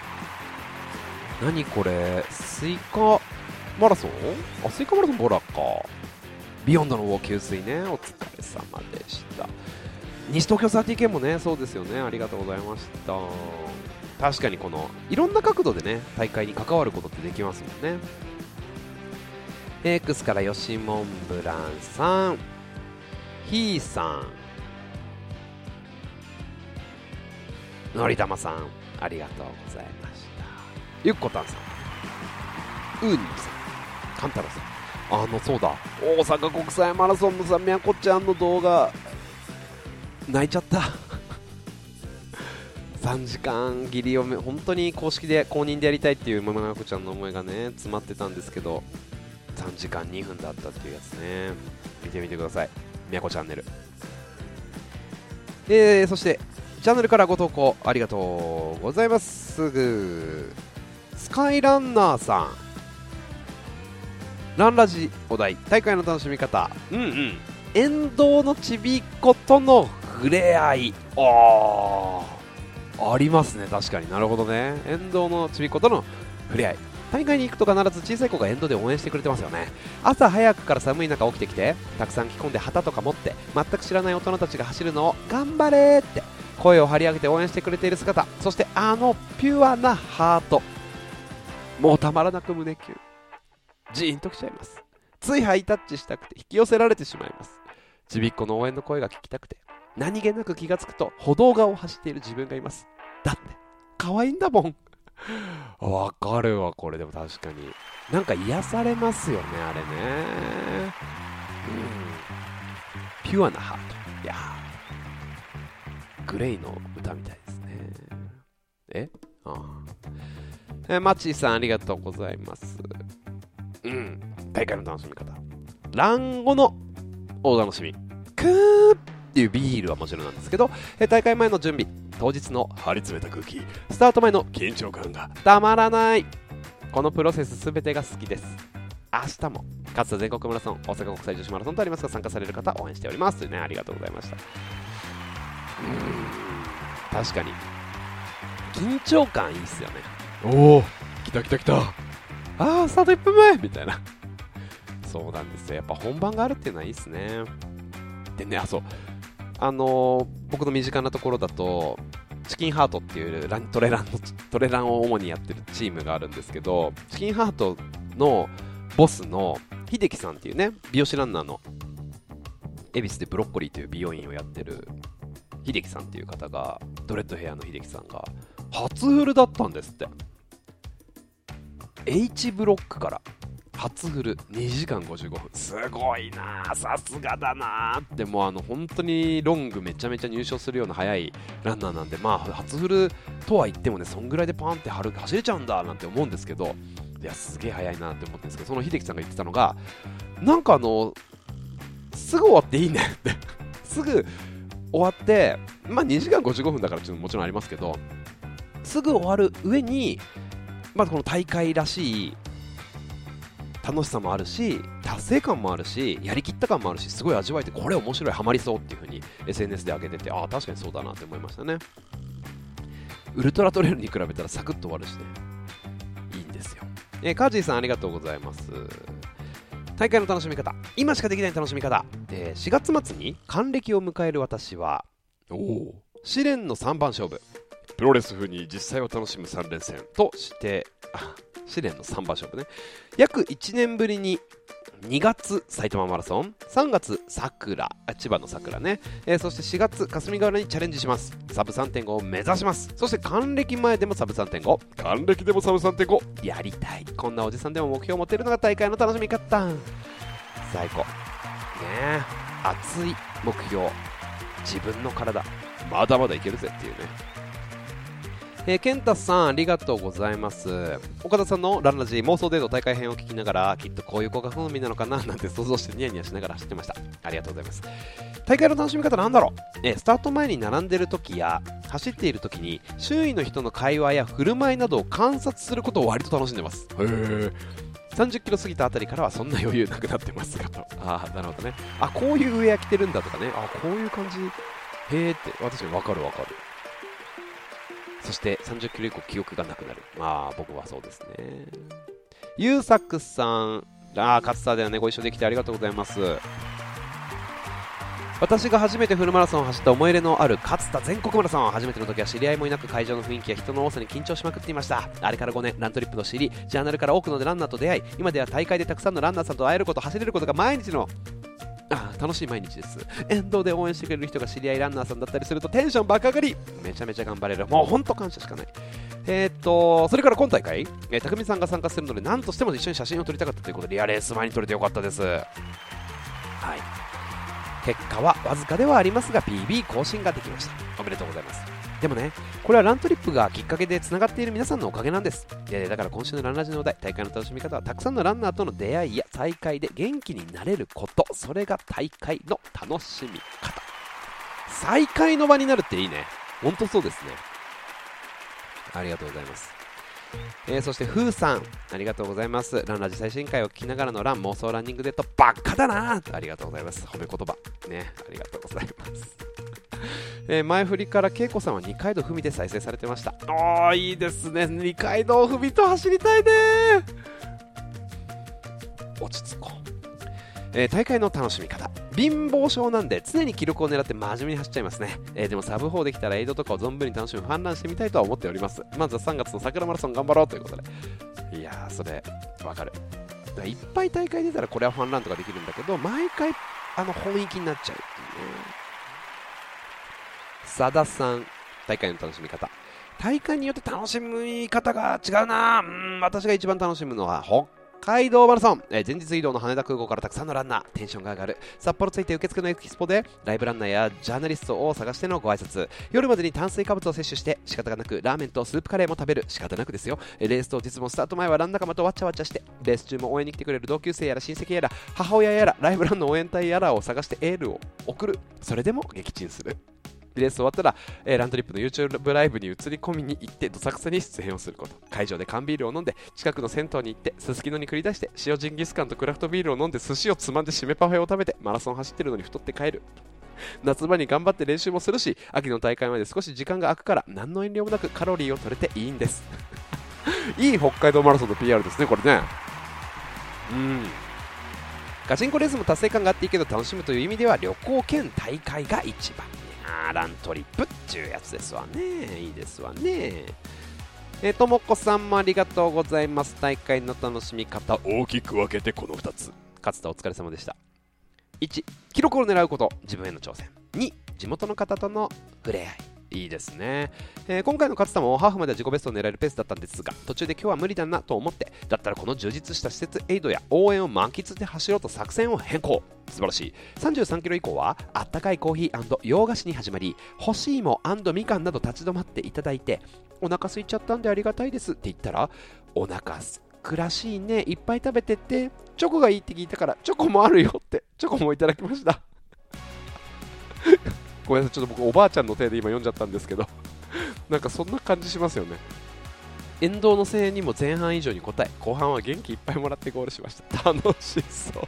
何これ、スイカマラソン、あ、スイカマラソンボラか。ビヨンドのウォー給水ね、お疲れ様でした。西東京 サーティーケー もね、そうですよね、ありがとうございました。確かにこのいろんな角度でね大会に関わることってできますもんね。 X からよしモンブランさん、ひーさん、のりたまさん、ありがとうございました。ゆっこたんさん、うーにさん、かんたろうさん、あのそうだ、大阪国際マラソンのさ、みやこちゃんの動画泣いちゃったさんじかん切りを本当に公式で公認でやりたいっていうまなこちゃんの思いがね詰まってたんですけど、さんじかんにふんだったっていうやつね。見てみてください、みやこチャンネル。えー、そしてチャンネルからご投稿ありがとうございます。スカイランナーさん、ランラジお題、大会の楽しみ方、うんうん、沿道のちびっ子との触れ合い、あありますね、確かに。なるほどね、沿道のちびっ子との触れ合い。大会に行くと必ず小さい子が沿道で応援してくれてますよね。朝早くから寒い中起きてきて、たくさん着込んで旗とか持って全く知らない大人たちが走るのを頑張れって声を張り上げて応援してくれている姿、そしてあのピュアなハート、もうたまらなく胸キュン、ジーンときちゃいます。ついハイタッチしたくて引き寄せられてしまいます。ちびっこの応援の声が聞きたくて、何気なく気がつくと歩道側を走っている自分がいます。だって可愛いんだもんわかるわ、これ。でも確かになんか癒されますよね、あれね。うん、ピュアなハート、いやー、グレイの歌みたいですね。えああえマッチーさん、ありがとうございます。うん、大会の楽しみ方、卵後のお楽しみ、クーっていうビールはもちろんなんですけど、大会前の準備、当日の張り詰めた空気、スタート前の緊張感がたまらない。このプロセスすべてが好きです。明日もかつて全国マラソン、大阪国際女子マラソンとありますが、参加される方応援しておりますというね、ありがとうございました。うーん、確かに緊張感いいっすよね。 おお来た来た来た、あースタートいっぷんまえみたいな。そうなんですよ、やっぱ本番があるっていうのはいいですね。でね、あそうあのー、僕の身近なところだとチキンハートっていうラントレランのトレランを主にやってるチームがあるんですけど、チキンハートのボスの秀樹さんっていうね、美容師ランナーの恵比寿でブロッコリーという美容院をやってる秀樹さんっていう方が、ドレッドヘアの秀樹さんが初フルだったんですって。 H ブロックから初フルにじかんごじゅうごふん、すごいなあ、さすがだなあって。もうあの本当にロングめちゃめちゃ入賞するような速いランナーなんで、まあ初フルとは言ってもね、そんぐらいでパーンって走れちゃうんだなんて思うんですけど、いやすげえ速いなって思ってるんですけど、その秀樹さんが言ってたのが、なんかあのすぐ終わっていいねってすぐ終わって、まあにじかんごじゅうごふんだからちょっともちろんありますけど、すぐ終わる上に、まあ、この大会らしい楽しさもあるし、達成感もあるし、やりきった感もあるし、すごい味わえて、これ面白い、ハマりそうっていう風に エスエヌエス で上げてて、ああ確かにそうだなって思いましたね。ウルトラトレイルに比べたらサクッと終わるしね、いいんですよ。えー、カージーさんありがとうございます。大会の楽しみ方、今しかできない楽しみ方、えー、しがつ末に還暦を迎える私は、おお試練のさんばん勝負、プロレス風に実際を楽しむさん連戦として、あ試練のさんばん勝負ね、約いちねんぶりににがつ埼玉マラソン、さんがつさくら、千葉のさくらね、えー、そしてしがつ霞ヶ浦にチャレンジします。サブ さんてんご を目指します。そして還暦前でもサブ さんてんご、 還暦でもサブ さんてんご やりたい。こんなおじさんでも目標を持てるのが大会の楽しみ方。最高ねえ、熱い目標、自分の体まだまだいけるぜっていうね。えー、ケンタさんありがとうございます。岡田さんのランラジ妄想デート大会編を聞きながら、きっとこういう子が好みなのかななんて想像してニヤニヤしながら走ってました。ありがとうございます。大会の楽しみ方なんだろう、えー、スタート前に並んでる時や走っている時に周囲の人の会話や振る舞いなどを観察することを割と楽しんでます。へー、さんじゅっキロ過ぎたあたりからはそんな余裕なくなってますがと。ああなるほどね、あこういうウェア着てるんだとかね、あこういう感じ、へーって私に分かる分かる。そしてさんじゅっキロ以降記憶がなくなる。まあ僕はそうですね。ゆうさくさん、あ勝田ではねご一緒できてありがとうございます。私が初めてフルマラソンを走った思い入れのある勝田全国マラソン、初めての時は知り合いもいなく、会場の雰囲気や人の多さに緊張しまくっていました。あれからごねん、ラントリップの知り、ジャーナルから多くのランナーと出会い、今では大会でたくさんのランナーさんと会えること、走れることが毎日のあ楽しい毎日です。沿道で応援してくれる人が知り合いランナーさんだったりするとテンション爆上がり、めちゃめちゃ頑張れる。もうほんと感謝しかない。えー、っとそれから今大会、えー、匠さんが参加するので何としても一緒に写真を撮りたかったということで、リアレース前に撮れてよかったです。はい、結果はわずかではありますが ピービー 更新ができました。おめでとうございます。でもね、これはラントリップがきっかけでつながっている皆さんのおかげなんです。でだから今週のランラジのお題、大会の楽しみ方はたくさんのランナーとの出会いや大会で元気になれること、それが大会の楽しみ方。再会の場になるっていいね。ほんとそうですね。ありがとうございます。えー、そしてふうさんありがとうございます。ランラジ最新回を聞きながらのラン妄想ランニングデートばっかだな。ありがとうございます。褒め言葉ね、ありがとうございますえー、前振りから恵子さんは二階堂ふみで再生されてました。おーいいですね、二階堂ふみと走りたいね。落ち着こう。えー、大会の楽しみ方、貧乏症なんで常に記録を狙って真面目に走っちゃいますね。えー、でもサブフォーできたらエイドとかを存分に楽しむファンランしてみたいとは思っております。まずはさんがつの桜マラソン頑張ろうということで、いやーそれわかる。だからいっぱい大会出たらこれはファンランとかできるんだけど、毎回あの本域になっちゃうっていうね。佐田さん、大会の楽しみ方、大会によって楽しみ方が違うな。うーん私が一番楽しむのは北海道マラソン、えー、前日移動の羽田空港からたくさんのランナー、テンションが上がる。札幌着いて受付のエキスポでライブランナーやジャーナリストを探してのご挨拶、夜までに炭水化物を摂取して仕方がなくラーメンとスープカレーも食べる。仕方なくですよ。レース当日もスタート前はラン仲間とわちゃわちゃして、レース中も応援に来てくれる同級生やら親戚やら母親やらライブランの応援隊やらを探してエールを送る。それでも撃沈する。レース終わったら、えー、ラントリップの YouTube ライブに移り込みに行ってどさくさに出演をすること。会場で缶ビールを飲んで近くの銭湯に行ってすすきのに繰り出して塩ジンギスカンとクラフトビールを飲んで寿司をつまんで締めパフェを食べてマラソン走ってるのに太って帰る。夏場に頑張って練習もするし、秋の大会まで少し時間が空くから何の遠慮もなくカロリーを取れていいんですいい北海道マラソンの ピーアール ですねこれね。うん、ガチンコレースも達成感があっていいけど楽しむという意味では旅行兼大会が一番ね。あーラントリップっていうやつですわね。いいですわね。えともこさんもありがとうございます。大会の楽しみ方大きく分けてこのふたつ。勝田お疲れ様でした。いち記録を狙うこと、自分への挑戦。に地元の方との触れ合い。いいですね、えー、今回の勝田もハーフまでは自己ベストを狙えるペースだったんですが、途中で今日は無理だなと思って、だったらこの充実した施設エイドや応援を満喫して走ろうと作戦を変更。素晴らしい。さんじゅうさんキロ以降はあったかいコーヒー&洋菓子に始まり、干し芋&みかんなど立ち止まっていただいて、お腹空いちゃったんでありがたいですって言ったら、お腹すくらしいね、いっぱい食べてって、チョコがいいって聞いたからチョコもあるよってチョコもいただきましたごめんなさい、ちょっと僕おばあちゃんの手で今読んじゃったんですけどなんかそんな感じしますよね。沿道の声援にも前半以上に応え、後半は元気いっぱいもらってゴールしました。楽しそう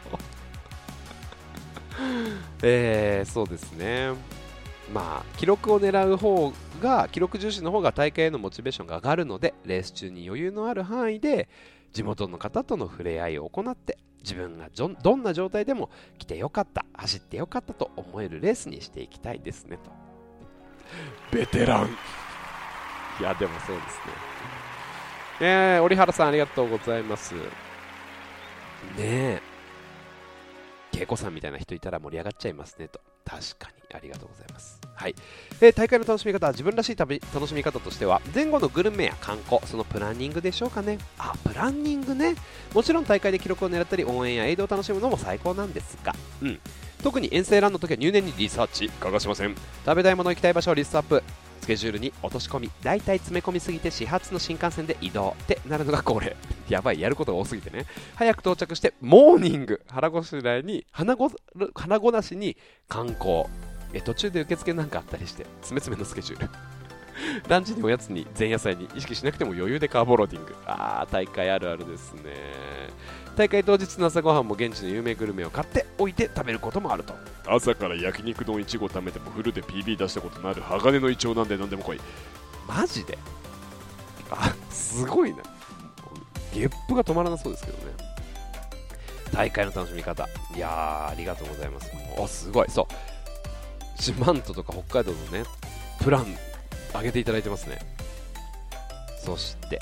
えー、そうですね。まあ記録を狙う方が、記録重視の方が大会へのモチベーションが上がるので、レース中に余裕のある範囲で地元の方との触れ合いを行って、自分がどんな状態でも来てよかった、走ってよかったと思えるレースにしていきたいですねと。ベテラン。いやでもそうですね。えー、折原さんありがとうございます。ねえ、恵子さんみたいな人いたら盛り上がっちゃいますねと。確かにありがとうございます。はい、えー、大会の楽しみ方は自分らしい旅楽しみ方としては、前後のグルメや観光、そのプランニングでしょうかね。あ、プランニングね。もちろん大会で記録を狙ったり応援やエイドを楽しむのも最高なんですが、うん、特に遠征ランの時は入念にリサーチ欠かしません。食べたいもの、行きたい場所をリストアップ、スケジュールに落とし込み、大体詰め込みすぎて始発の新幹線で移動ってなるのが恒例。やばい、やることが多すぎてね。早く到着してモーニング、腹ごしらえに腹ご腹ごなしに観光、え途中で受付なんかあったりして、詰め詰めのスケジュールランチにおやつに前夜祭に意識しなくても余裕でカーボローディング。あー、大会あるあるですね。大会当日の朝ごはんも現地の有名グルメを買っておいて食べることもあると。朝から焼肉丼いちご食べてもフルで ピービー 出したことのある鋼のイチョウなんで何でも来い。マジで、あ、すごいな。ゲップが止まらなそうですけどね。大会の楽しみ方、いやー、ありがとうございます。お、すごい。そう、四万十とか北海道のねプラン上げていただいてますね。そして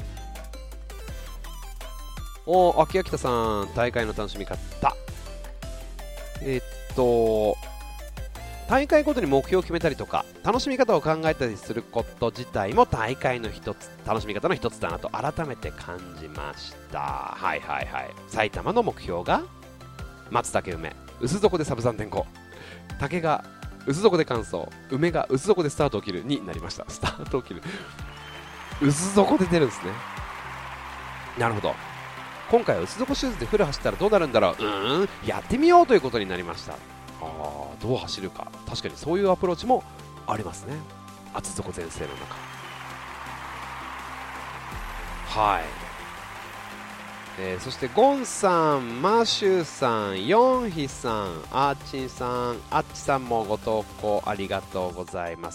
お、秋秋田さん、大会の楽しみ方、えー、っと大会ごとに目標を決めたりとか楽しみ方を考えたりすること自体も大会の一つ、楽しみ方の一つだなと改めて感じました。はいはいはい。埼玉の目標が松茸梅、薄底でサブさんてんご、竹が薄底で乾燥、梅が薄底でスタートを切るになりました。スタートを切る、薄底で出るんですね。なるほど。今回は薄底シューズでフル走ったらどうなるんだろう。うーん、やってみようということになりました。あー、どう走るか。確かにそういうアプローチもありますね。厚底全盛の中。はい、えー、そしてゴンさん、マシューさん、ヨンヒさん、アーチンさん、アッチさんもご投稿ありがとうございます。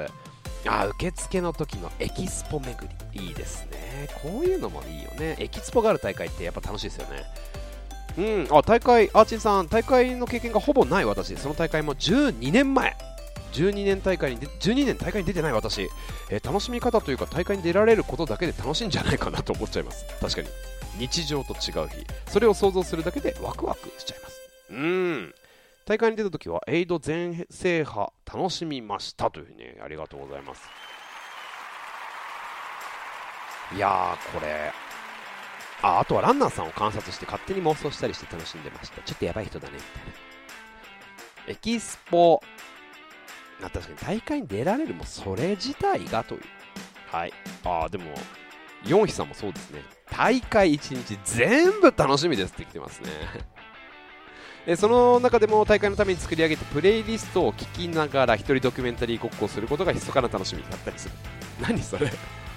あ、受付の時のエキスポ巡り、いいですね。こういうのもいいよね。エキスポがある大会ってやっぱ楽しいですよね。うん、あ、大会、アーチンさん、大会の経験がほぼない私、その大会もじゅうにねんまえ、じゅうにねん大会にでじゅうにねん大会に出てない私、えー、楽しみ方というか大会に出られることだけで楽しいんじゃないかなと思っちゃいます。確かに日常と違う日、それを想像するだけでワクワクしちゃいます。うーん、大会に出た時はエイド全制覇楽しみましたというふうに、ね、ありがとうございます。いやー、これああとはランナーさんを観察して勝手に妄想したりして楽しんでました。ちょっとやばい人だねみたいな。エキスポ、あ、確かに大会に出られるもそれ自体がという。はい、ああでもヨンヒさんもそうですね。大会いちにち全部楽しみですって来てますねえその中でも大会のために作り上げたプレイリストを聞きながら一人ドキュメンタリーごっこをすることが密かな楽しみだったりする。何それ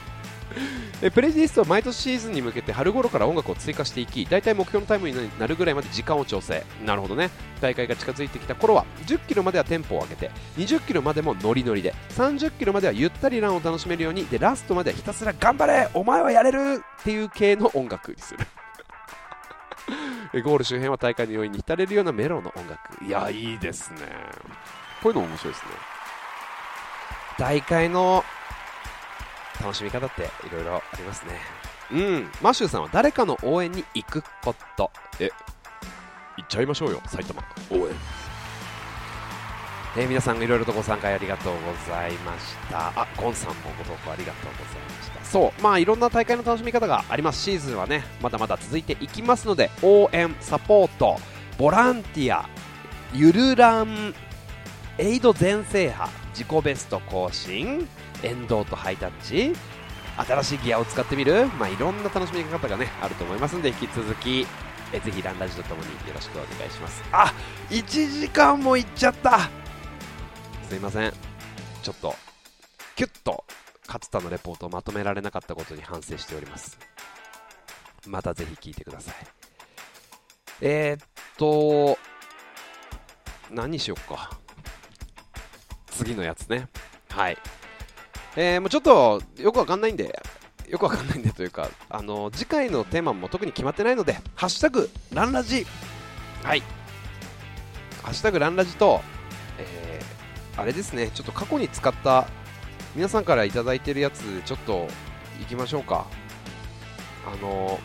えプレイリストは毎年シーズンに向けて春頃から音楽を追加していき、大体目標のタイムになるぐらいまで時間を調整。なるほどね。大会が近づいてきた頃はじゅっキロまではテンポを上げて、にじゅっキロまでもノリノリで、さんじゅっキロまではゆったりランを楽しめるように、でラストまではひたすら頑張れお前はやれるっていう系の音楽にするゴール周辺は大会の余韻に浸れるようなメロの音楽。いや、いいですね。こういうの面白いですね。大会の楽しみ方っていろいろありますね。うん。マシューさんは誰かの応援に行くこと。え、行っちゃいましょうよ、埼玉応援。えー、皆さんいろいろとご参加ありがとうございました。あ、ゴンさんもご投稿ありがとうございました。そう、まあいろんな大会の楽しみ方があります。シーズンはね、まだまだ続いていきますので、応援、サポート、ボランティア、ゆるらん、エイド全制覇、自己ベスト更新、沿道とハイタッチ、新しいギアを使ってみる、まあいろんな楽しみ方がねあると思いますので、引き続きえぜひランラジとともによろしくお願いします。あ、いちじかんもいっちゃった。すいません、ちょっとキュッと勝田のレポートをまとめられなかったことに反省しております。またぜひ聞いてください。えー、っと何にしようか、次のやつね。はい、えー、もうちょっとよくわかんないんでよくわかんないんでというか、あの次回のテーマも特に決まってないので、ハッシュタグランラジ、はい、ハッシュタグランラジと、えー、あれですね、ちょっと過去に使った皆さんからいただいてるやつちょっといきましょうか。あの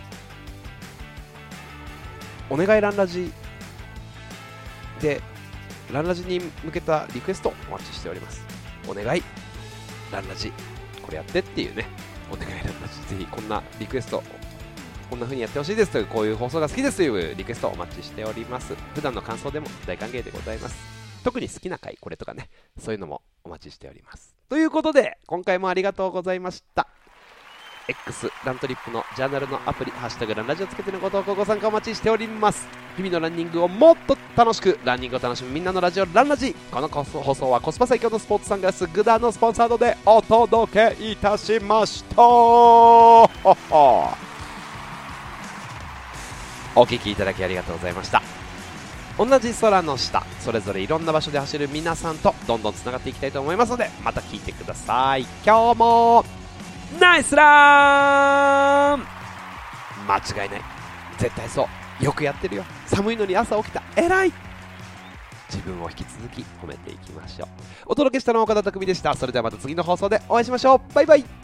お願いランラジでランラジに向けたリクエストお待ちしております。お願いランラジこれやってっていうね、お願いランラジ、ぜひこんなリクエスト、こんな風にやってほしいですという、こういう放送が好きですというリクエストをお待ちしております。普段の感想でも大歓迎でございます。特に好きな回これとかね、そういうのもお待ちしております。ということで今回もありがとうございました。 X ラントリップのジャーナルのアプリハッシュタグランラジをつけてのご投稿ご参加お待ちしております。日々のランニングをもっと楽しく、ランニングを楽しむみんなのラジオランラジ。この放送はコスパ最強のスポーツサングラスグダのスポンサードでお届けいたしました。お聞きいただきありがとうございました。同じ空の下、それぞれいろんな場所で走る皆さんとどんどんつながっていきたいと思いますので、また聞いてください。今日もナイスラン、間違いない、絶対そう、よくやってるよ、寒いのに朝起きた、偉い。自分を引き続き褒めていきましょう。お届けしたのは岡田匠でした。それではまた次の放送でお会いしましょう。バイバイ。